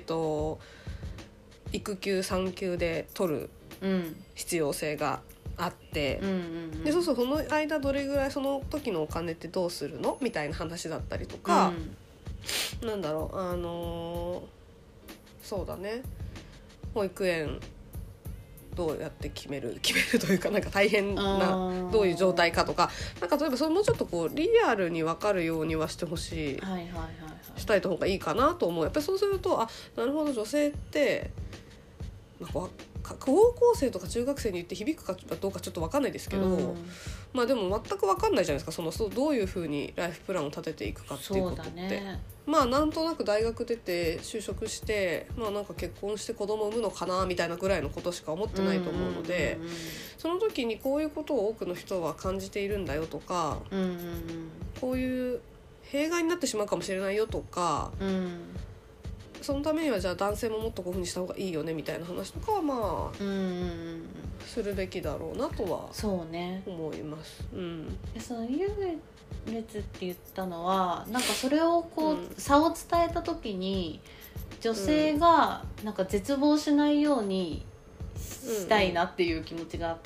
育休産休で取る必要性があって、でそうその間どれぐらいその時のお金ってどうするのみたいな話だったりとか、そうだね、保育園どうやって決めるというか、なんか大変などういう状態かとか、なんか例えばそれもうちょっとリアルに分かるようにはしてほしい、したい方がいいかなと思う。やっぱりそうするとなるほど女性って高校生とか中学生に言って響くかどうかちょっと分かんないですけど、でも全く分かんないじゃないですか、どういうふうにライフプランを立てていくかっていうことって、なんとなく大学出て就職してなんか結婚して子供産むのかなみたいなぐらいのことしか思ってないと思うので、その時にこういうことを多くの人は感じているんだよとか、こういう弊害になってしまうかもしれないよとか、そのためにはじゃあ男性ももっとこういう風にした方がいいよねみたいな話とかはするべきだろうなとは思います。 その優劣って言ったのはなんかそれを差を伝えた時に女性がなんか絶望しないようにしたいなっていう気持ちがあって、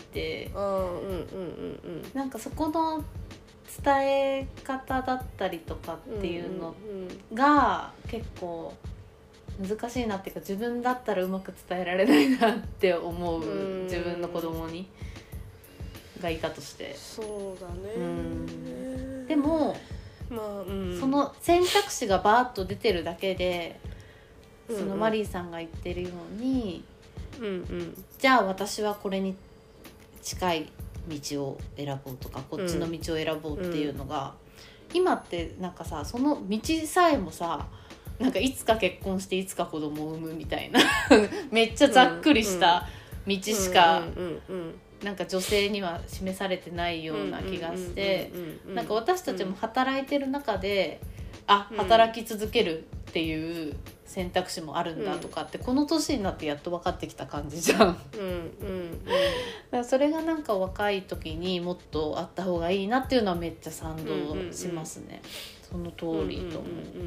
なんかそこの伝え方だったりとかっていうのが結構難しいなっていうか、自分だったらうまく伝えられないなって思う、自分の子供にがいたとして。 そうだね、 でも、その選択肢がバーッと出てるだけで、そのマリーさんが言ってるように、じゃあ私はこれに近い道を選ぼうとかこっちの道を選ぼうっていうのが、今ってなんかさ、その道さえもさ、なんかいつか結婚していつか子供を産むみたいなめっちゃざっくりした道しかなんか女性には示されてないような気がして、なんか私たちも働いてる中で働き続けるっていう選択肢もあるんだとかって、この年になってやっと分かってきた感じじゃん。だからそれがなんか若い時にもっとあった方がいいなっていうのはめっちゃ賛同しますね。その通りと思う。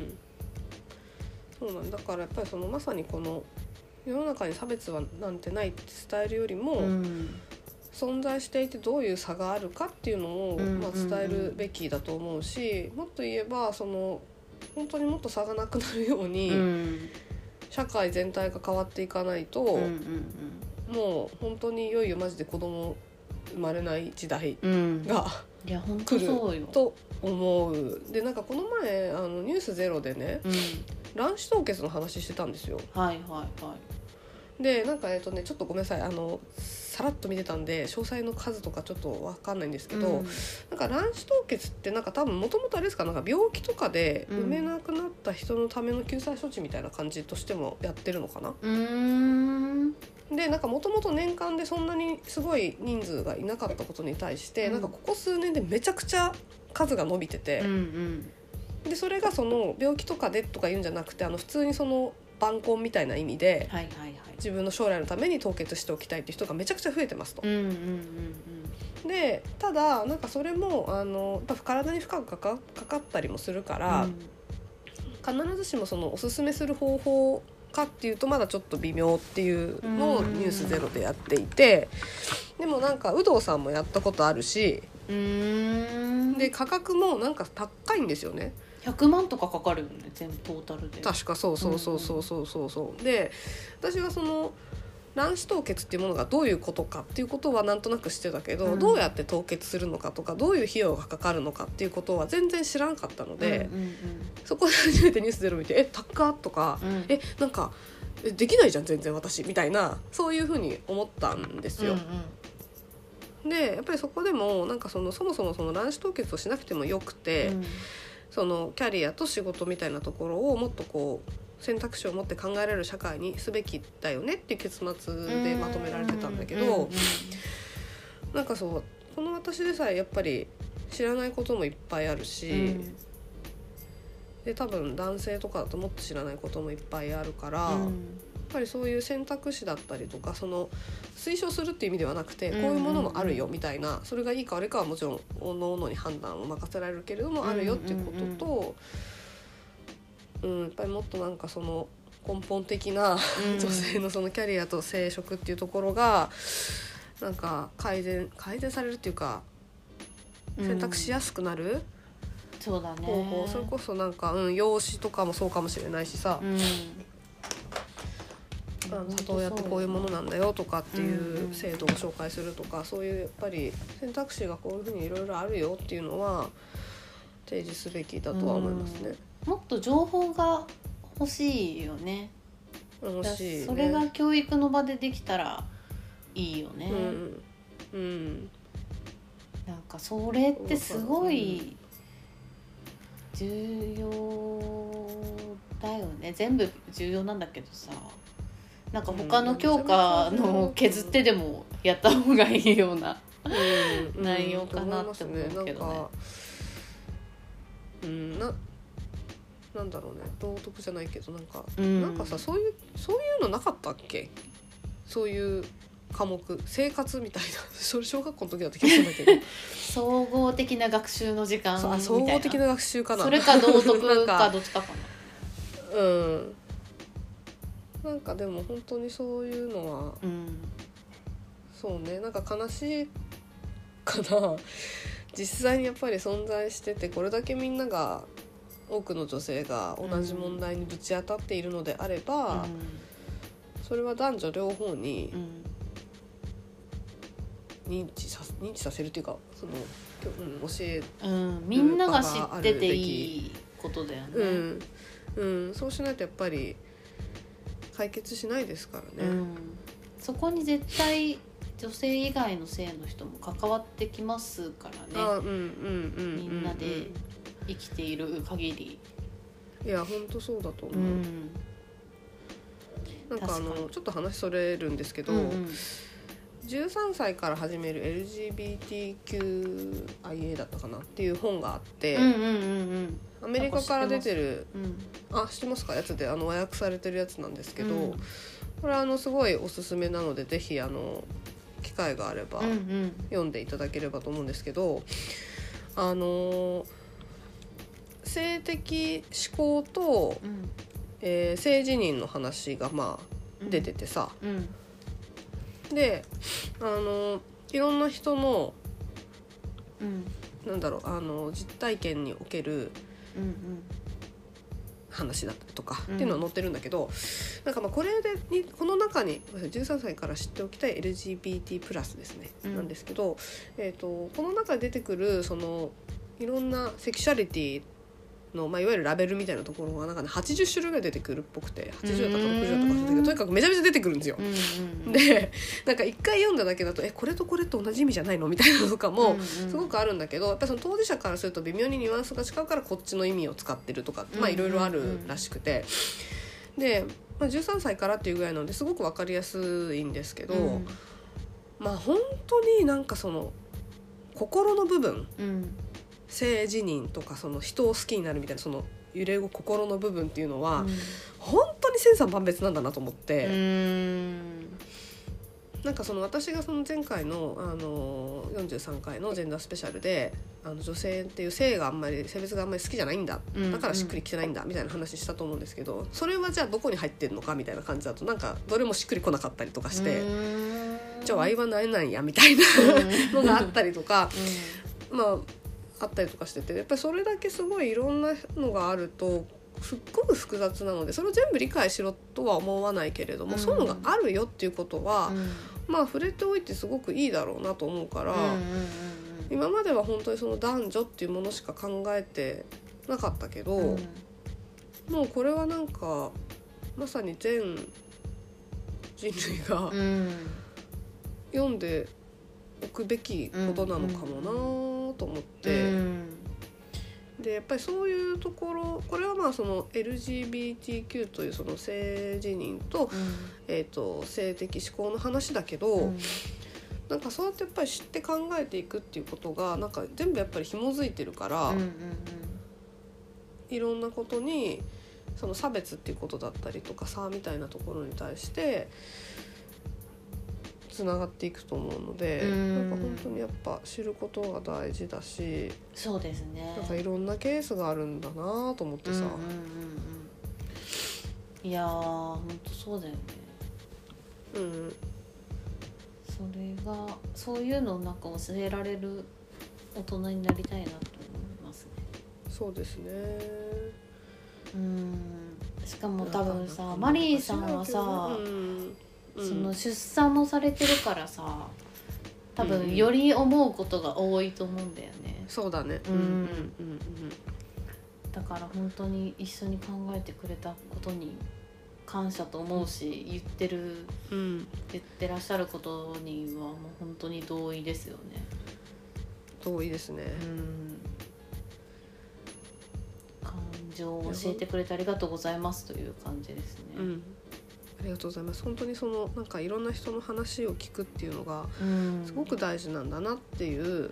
そうなんだからやっぱりそのまさにこの世の中に差別はなんてないって伝えるよりも、存在していてどういう差があるかっていうのを伝えるべきだと思うし、もっと言えばその本当にもっと差がなくなるように社会全体が変わっていかないと、もう本当にいよいよマジで子供生まれない時代が来ると思う。でなんかこの前ニュースゼロでね、卵子凍結の話してたんですよ。でなんかちょっとごめんなさい、さらっと見てたんで詳細の数とかちょっと分かんないんですけど、なんか卵子凍結ってなんか多分もともとあれですか、なんか病気とかで産めなくなった人のための救済処置みたいな感じとしてもやってるのかな。でなんかもともと年間でそんなにすごい人数がいなかったことに対して、なんかここ数年でめちゃくちゃ数が伸びてて、 うんうん、 でそれがその病気とかでとか言うんじゃなくて、普通にその晩婚みたいな意味で、 はいはいはい、 自分の将来のために凍結しておきたいっていう人がめちゃくちゃ増えてますと、 うんうんうんうん、 でただなんかそれもやっぱ体に負荷がかかったりもするから、必ずしもそのおすすめする方法かっていうとまだちょっと微妙っていうのをニュースゼロでやっていて、でもなんか有働さんもやったことあるし、で価格もなんか高いんですよね。 100万とかかかるよね、全部トータルで。 確かそうで、私はその卵子凍結っていうものがどういうことかっていうことはなんとなく知ってたけど、どうやって凍結するのかとかどういう費用がかかるのかっていうことは全然知らんかったので、そこで初めてニュースゼロ見て高っとか、なんかできないじゃん全然私みたいな、そういうふうに思ったんですよ。でやっぱりそこでもなんかそもそもその卵子凍結をしなくてもよくて、そのキャリアと仕事みたいなところをもっとこう選択肢を持って考えられる社会にすべきだよねっていう結末でまとめられてたんだけど、なんかそうこの私でさえやっぱり知らないこともいっぱいあるし、で多分男性とかだともっと知らないこともいっぱいあるから、やっぱりそういう選択肢だったりとか、その推奨するっていう意味ではなくて、こういうものもあるよみたいな、それがいいか悪いかはもちろん各々に判断を任せられるけれどもあるよっていうことと、やっぱりもっとなんかその根本的な女性のそのキャリアと生殖っていうところがなんか改善されるっていうか、選択しやすくなるそうだね、 方法、それこそなんか、養子とかもそうかもしれないしさ、里親ってこういうものなんだよとかっていう制度を紹介するとか、そういうやっぱり選択肢がこういうふうにいろいろあるよっていうのは提示すべきだとは思いますね。 もっと情報が欲しいよね。 欲しいね。 それが教育の場でできたらいいよね。なんかそれってすごい重要だよね。全部重要なんだけどさ、なんか他の教科の削ってでもやった方がいいような内容かなって思うけどね。 なんだろうね、道徳じゃないけどなんかさ、そういうのなかったっけ？そういう科目、生活みたいな、それ小学校の時だった気がするんだけど総合的な学習の時間みたいな。 総合的な学習かな。 それか道徳かどっちかかな。 なんかでも本当にそういうのは、そうね、なんか悲しいかな。実際にやっぱり存在してて、これだけみんなが多くの女性が同じ問題にぶち当たっているのであれば、それは男女両方に認知させるというか、その教える、 みんなが知ってていいことだよね。 そうしないとやっぱり解決しないですからね。 そこに絶対女性以外の性の人も関わってきますからね。みんなで生きている限り。 いや本当そうだと思う。なんかちょっと話それるんですけど、13歳から始める LGBTQIA だったかなっていう本があって、アメリカから出てる、知ってますか、やつで和訳されてるやつなんですけど、これはすごいおすすめなので、ぜひ機会があれば読んでいただければと思うんですけど、性的指向と、性自認の話が出ててさ、でいろんな人の、なんだろう、実体験における話だったりとかっていうのは載ってるんだけど、なんかこれでこの中に13歳から知っておきたい LGBT プラスですね、なんですけど、この中で出てくるそのいろんなセクシャリティの、いわゆるラベルみたいなところがなんか、80種類ぐらい出てくるっぽくて、80だったか60だったか忘れたけど、とにかくめちゃめちゃ出てくるんですよ。でなんか一回読んだだけだとこれとこれと同じ意味じゃないのみたいなのとかもすごくあるんだけど、やっぱりその当事者からすると微妙にニュアンスが違うからこっちの意味を使ってるとか、いろいろあるらしくて、で、13歳からっていうぐらいなのですごく分かりやすいんですけど、本当になんかその心の部分、 性自認とかその人を好きになるみたいなその揺れる心の部分っていうのは、本当に千差万別なんだなと思って、なんかその私がその前回の、43回のジェンダースペシャルで女性っていう性別があんまり好きじゃないんだ、だからしっくりきてないんだみたいな話したと思うんですけど、それはじゃあどこに入ってんのかみたいな感じだとなんかどれもしっくりこなかったりとかして、じゃあ愛はないなんやみたいなのがあったりとか、まああったりとかしてて、やっぱりそれだけすごいいろんなのがあるとすっごく複雑なので、それを全部理解しろとは思わないけれども、そういうのがあるよっていうことは、まあ触れておいてすごくいいだろうなと思うから、今までは本当にその男女っていうものしか考えてなかったけど、もうこれはなんかまさに全人類が読んでおくべきことなのかもなと思って、でやっぱりそういうところ、これはまあその LGBTQ というその性自認と、性的指向の話だけど、なんかそうやってやっぱり知って考えていくっていうことがなんか全部やっぱり紐づいてるから、いろんなことにその差別っていうことだったりとか差みたいなところに対してつながっていくと思うので、なんか本当にやっぱ知ることが大事だし、 そうですね、 なんかいろんなケースがあるんだなと思ってさ、 いやー本当そうだよね。それがそういうのをなんか教えられる大人になりたいなと思いますね。 そうですね。 しかも多分さ、マリーさんはさ、その出産もされてるからさ、多分より思うことが多いと思うんだよね。 そうだね。 だから本当に一緒に考えてくれたことに感謝と思うし、言ってらっしゃることにはもう本当に同意ですよね。 同意ですね。 感情を教えてくれてありがとうございますという感じですね。 ありがとうございます。本当にそのなんかいろんな人の話を聞くっていうのがすごく大事なんだなっていう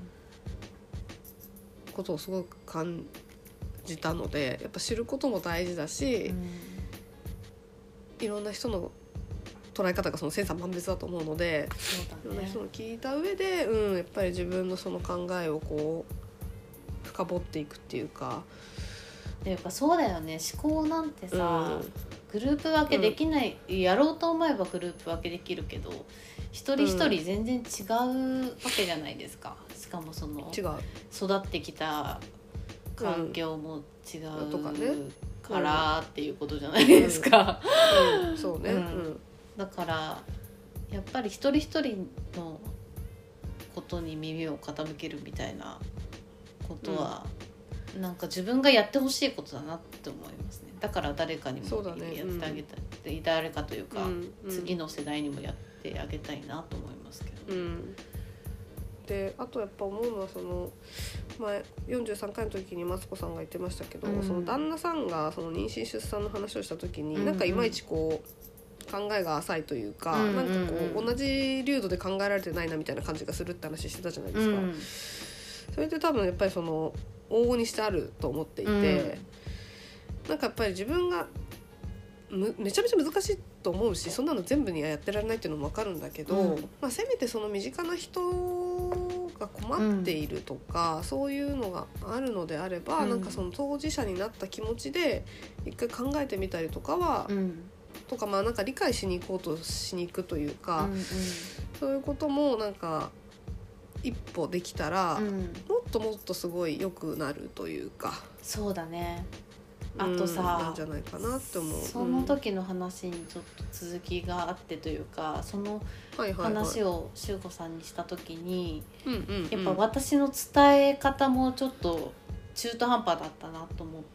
ことをすごく感じたので、やっぱ知ることも大事だし、いろんな人の捉え方がその千差万別だと思うので、いろんな人の聞いた上で、やっぱり自分のその考えをこう深掘っていくっていうか。 っていうかそうだよね。思考なんてさ、グループ分けできない、やろうと思えばグループ分けできるけど、一人一人全然違うわけじゃないですか。しかもその育ってきた環境も違うとかねからっていうことじゃないですか。 そうね。 だからやっぱり一人一人のことに耳を傾けるみたいなことは、なんか自分がやってほしいことだなって思いますね。だから誰かにもやってあげたい、誰かというか、次の世代にもやってあげたいなと思いますけど、 であとやっぱ思うのはその前43回の時にマツコさんが言ってましたけど、その旦那さんがその妊娠出産の話をした時に、なんかいまいちこう考えが浅いというか、なんかこう同じ流度で考えられてないなみたいな感じがするって話してたじゃないですか。それって多分やっぱりその往々にしてあると思っていて、なんかやっぱり自分がめちゃめちゃ難しいと思うし、そんなの全部にはやってられないっていうのも分かるんだけど、せめてその身近な人が困っているとか、そういうのがあるのであれば、なんかその当事者になった気持ちで一回考えてみたりとかは、とかなんか理解しに行こうとしに行くというか、そういうこともなんか一歩できたら、もっともっとすごい良くなるというか。 そうだね。あとさ、 なんじゃないかなって思う。 その時の話にちょっと続きがあってというか、その話をしゅうこさんにした時に、やっぱ私の伝え方もちょっと中途半端だったなと思って、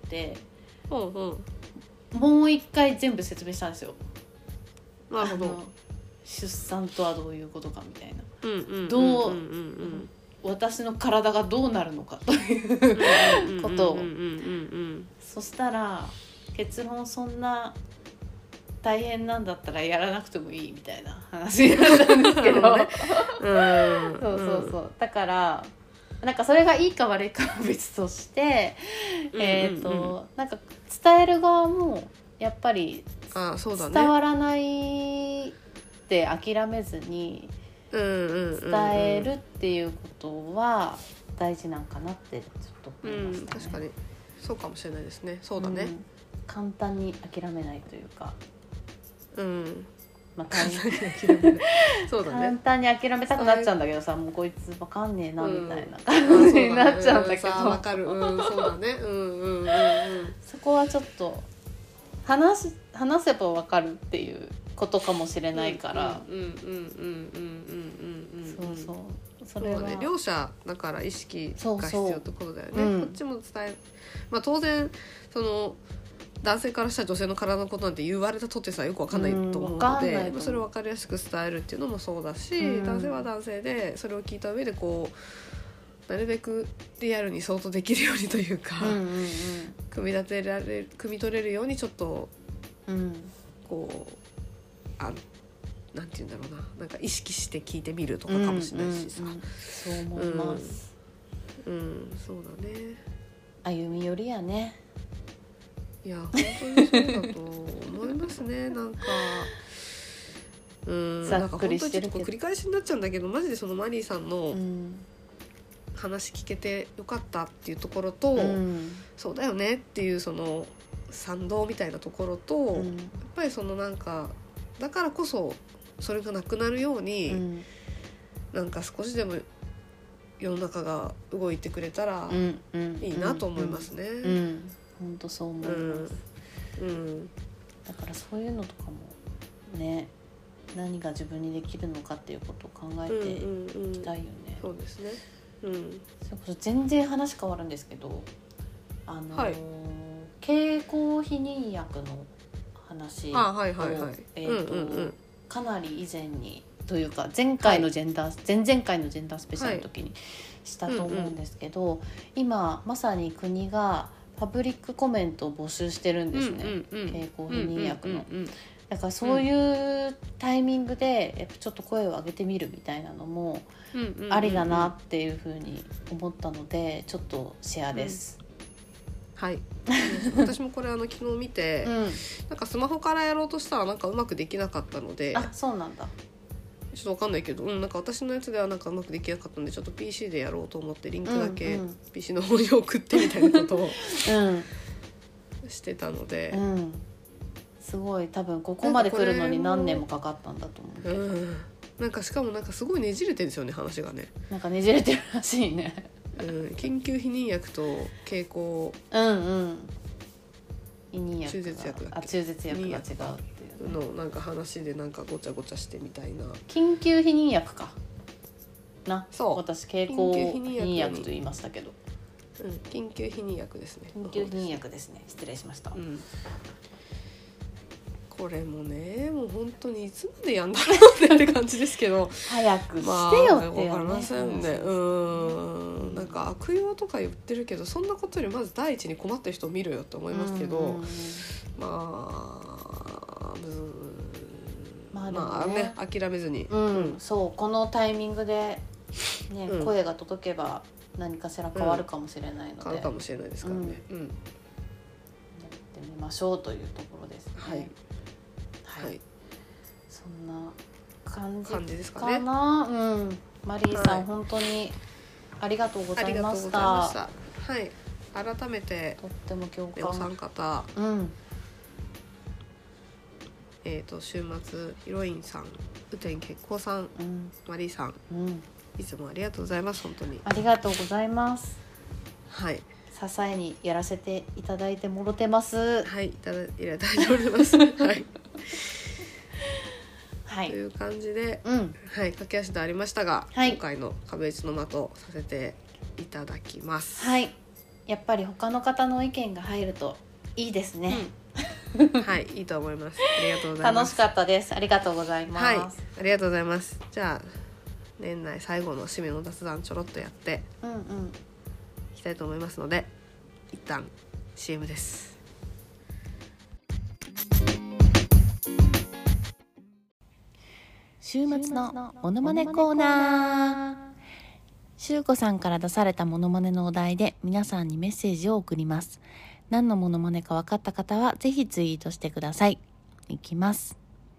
もう一回全部説明したんですよ。 なるほど。 出産とはどういうことかみたいな、私の体がどうなるのかということを、そしたら結論、そんな大変なんだったらやらなくてもいいみたいな話になったんですけどそうだからなんかそれがいいか悪いかは別として、なんか伝える側もやっぱり伝わらないって諦めずに伝えるっていうことは大事なんかなってちょっと思いましたね。 確かにそうかもしれないですね。そうだね、 簡単に諦めないというか、 簡単にそうだね、 簡単に諦めたくなっちゃうんだけどさ、もうこいつわかんねえなみたいな感じになっちゃうんだけど、 わかる、そうだね、 そこはちょっと話せばわかるっていうことかもしれないから、そうそれはね、 両者だから意識が必要ってことだよね。こっちも伝え、当然その男性からしたら女性の体のことなんて言われたとってさよく分かんないと思うので、それを分かりやすく伝えるっていうのもそうだし、男性は男性でそれを聞いた上でこうなるべくリアルに想像できるようにというか、組み取れるようにちょっと、こうなんて言うんだろうな、なんか意識して聞いてみるとかかもしれないしさ、 そう思います。 そうだね。 歩み寄りやね。 いや本当にそうだと思いますね。なんかなんか本当にちょっと繰り返しになっちゃうんだけど、マジでそのマリーさんの話聞けてよかったっていうところと、そうだよねっていうその賛同みたいなところと、やっぱりそのなんかだからこそそれがなくなるように、なんか少しでも世の中が動いてくれたらいいなと思いますね。 本当そう思います、だからそういうのとかもね、何が自分にできるのかっていうことを考えていきたいよね。 そうですね。 それこそ全然話変わるんですけど、経口避妊薬の話をかなり以前にというか前々回のジェンダースペシャルの時にしたと思うんですけど、今まさに国がパブリックコメントを募集してるんですね、経口避妊薬の。だからそういうタイミングでやっぱちょっと声を上げてみるみたいなのもありだなっていうふうに思ったので、ちょっとシェアです。 はい、私もこれ昨日見て、なんかスマホからやろうとしたらなんかうまくできなかったので、 そうなんだ。 ちょっと分かんないけど、なんか私のやつではなんかうまくできなかったので、ちょっと PC でやろうと思ってリンクだけ PC の方に送ってみたいなことをしてたので、 すごい多分ここまで来るのに何年もかかったんだと思うけど、 なんかしかもなんかすごいねじれてるんですよね、話がね。 なんかねじれてるらしいね。 緊急避妊薬と経口中絶薬だっけ、 中絶薬が違うっていうのなんか話でなんかごちゃごちゃしてみたいな。 緊急避妊薬かな。 そう、 私経口避妊薬と言いましたけど、 緊急避妊薬ですね。 緊急避妊薬ですね、失礼しました。 これもね、もう本当にいつまでやんだろうねって感じですけど早くしてよって分かりませんね。なんか悪用とか言ってるけど、そんなことよりまず第一に困ってる人を見るよって思いますけど、諦めずに、 そうこのタイミングで、ね声が届けば何かしら変わるかもしれないので、 変わるかもしれないですからね、やってみましょうというところですね。はい、そんな感じですかね。マリーさん、本当にありがとうございました。 はい、改めてとっても共感。 お三方、週末ヒロインさん、雨天結婚さん、マリーさん、いつもありがとうございます。本当にありがとうございます。 はい、 支えにやらせていただいてもろてます。 はい、いただいておりますはいという感じで、駆け足でありましたが、今回の壁打ちの的させていただきます。 はい、やっぱり他の方の意見が入るといいですね。 はい、いいと思います。ありがとうございます。 楽しかったです。ありがとうございます。 はい、ありがとうございます。じゃあ年内最後の締めの雑談ちょろっとやっていきたいと思いますので、一旦 CM です。 週末のモノマネコーナー。 しゅうこさんから出されたモノマネのお題で皆さんにメッセージを送ります。何のモノマネか分かった方はぜひツイートしてください。いきます。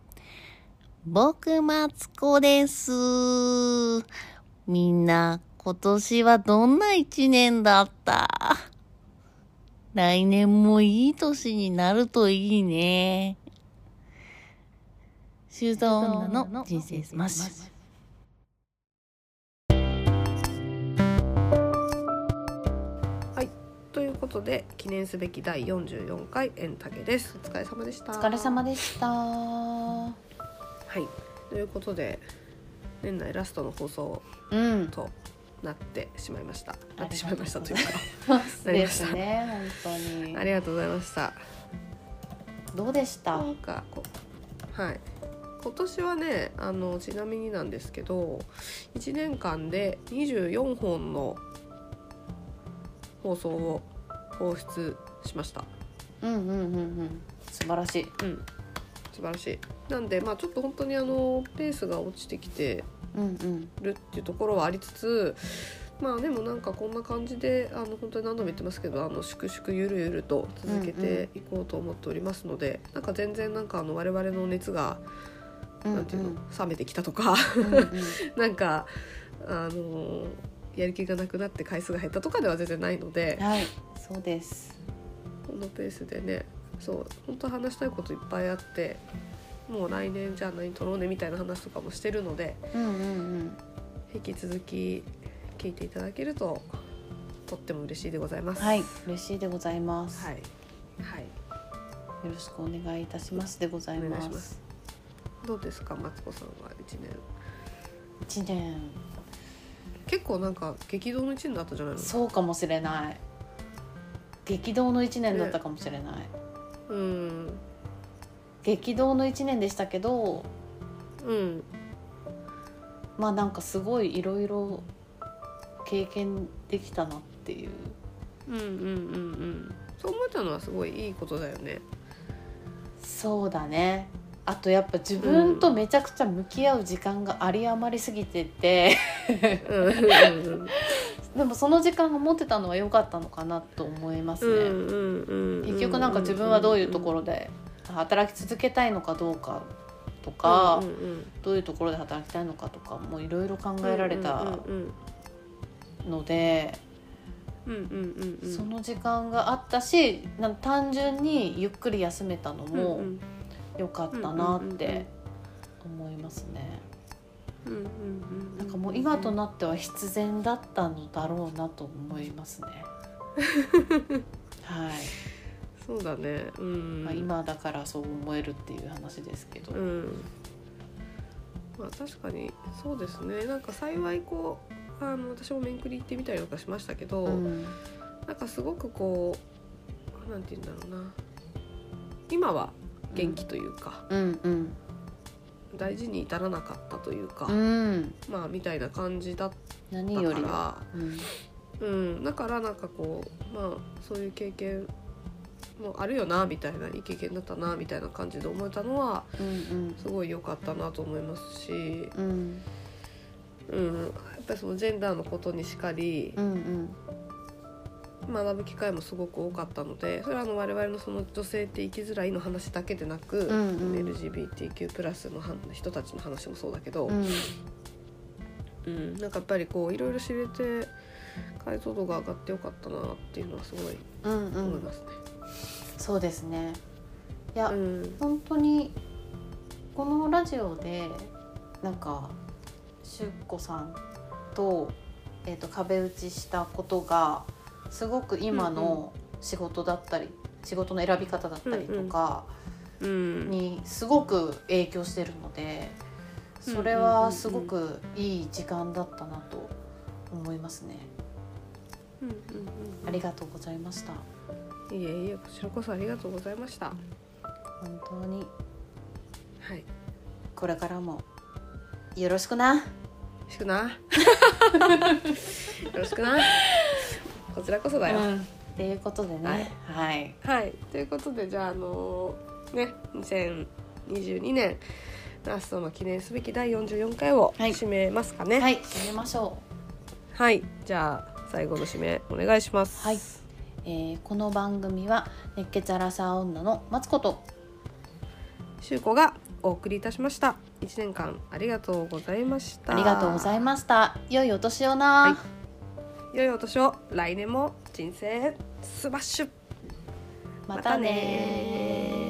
僕マツコです。みんな今年はどんな一年だった？来年もいい年になるといいね。修造女の人生スマッシュ。 ということで記念すべき第44回エンタゲです。お疲れ様でした。 お疲れ様でした。 はい、ということで年内ラストの放送となってしまいました。なってしまいましたというかですね、本当にありがとうございました。 どうでした？ なんかはい、今年はねちなみになんですけど1年間で24本の放送を放出しました。 素晴らしい。 素晴らしい。なんでちょっと本当にペースが落ちてきてるっていうところはありつつ、でもなんかこんな感じで本当に何度も言ってますけど粛々ゆるゆると続けていこうと思っておりますので、なんか全然なんか我々の熱がなんていうの冷めてきたとかなんかやる気がなくなって回数が減ったとかでは全然ないので、 はい、そうです。 このペースでね、そう本当話したいこといっぱいあって、もう来年じゃあ何撮ろうねみたいな話とかもしてるので、引き続き聞いていただけるととっても嬉しいでございます。 はい、嬉しいでございます。 はい、 よろしくお願いいたしますでございます。お願いします。 どうですか、マツコさんは 1年結構なんか激動の1年だったじゃないの？ そうかもしれない。激動の1年だったかもしれない、激動の1年でしたけど、なんかすごいいろいろ経験できたなっていう。 そう思えたのはすごいいいことだよね。 そうだね。あとやっぱ自分とめちゃくちゃ向き合う時間が有り余りすぎててでもその時間が持ってたのは良かったのかなと思いますね。結局なんか自分はどういうところで働き続けたいのかどうかとか、どういうところで働きたいのかとかもいろいろ考えられたので、その時間があったし、単純にゆっくり休めたのも良かったなって思いますね。なんかもう今となっては必然だったのだろうなと思いますねはい、 そうだね、 今だからそう思えるっていう話ですけど、 確かにそうですね。なんか幸いこう私も面食り行ってみたりとかしましたけど、なんかすごくこうなんていうんだろうな、今は元気というか、大事に至らなかったというか、みたいな感じだったから、 何よりだからなんかこうそういう経験もあるよなみたいな、いい経験だったなみたいな感じで思えたのは、すごい良かったなと思いますし、やっぱりそのジェンダーのことにしかり、学ぶ機会もすごく多かったので、それは我々のその女性って生きづらいの話だけでなく、LGBTQ+ の人たちの話もそうだけど、なんかやっぱりこういろいろ知れて解像度が上がってよかったなっていうのはすごい思いますね。 そうですね。いや、本当にこのラジオでなんかしゅうこさんと、壁打ちしたことがすごく今の仕事だったり、仕事の選び方だったりとかにすごく影響してるので、それはすごくいい時間だったなと思いますね。ありがとうございました。 いえいえ、こちらこそありがとうございました。 本当に。 はい。 これからもよろしくな。よろしくな。よろしくな。こちらこそだよ。 っていうことでね。はい。 はい。ということでじゃあ2022年ラストの記念すべき第44回を締めますかね。 はい。締めましょう。 はい、じゃあ最後の締めお願いします。 はい、この番組は熱血アラサー女のマツコとシュウコがお送りいたしました。1年間ありがとうございました。 ありがとうございました。良いお年をな、はい、 良いお年を。来年も人生スマッシュ。 またね。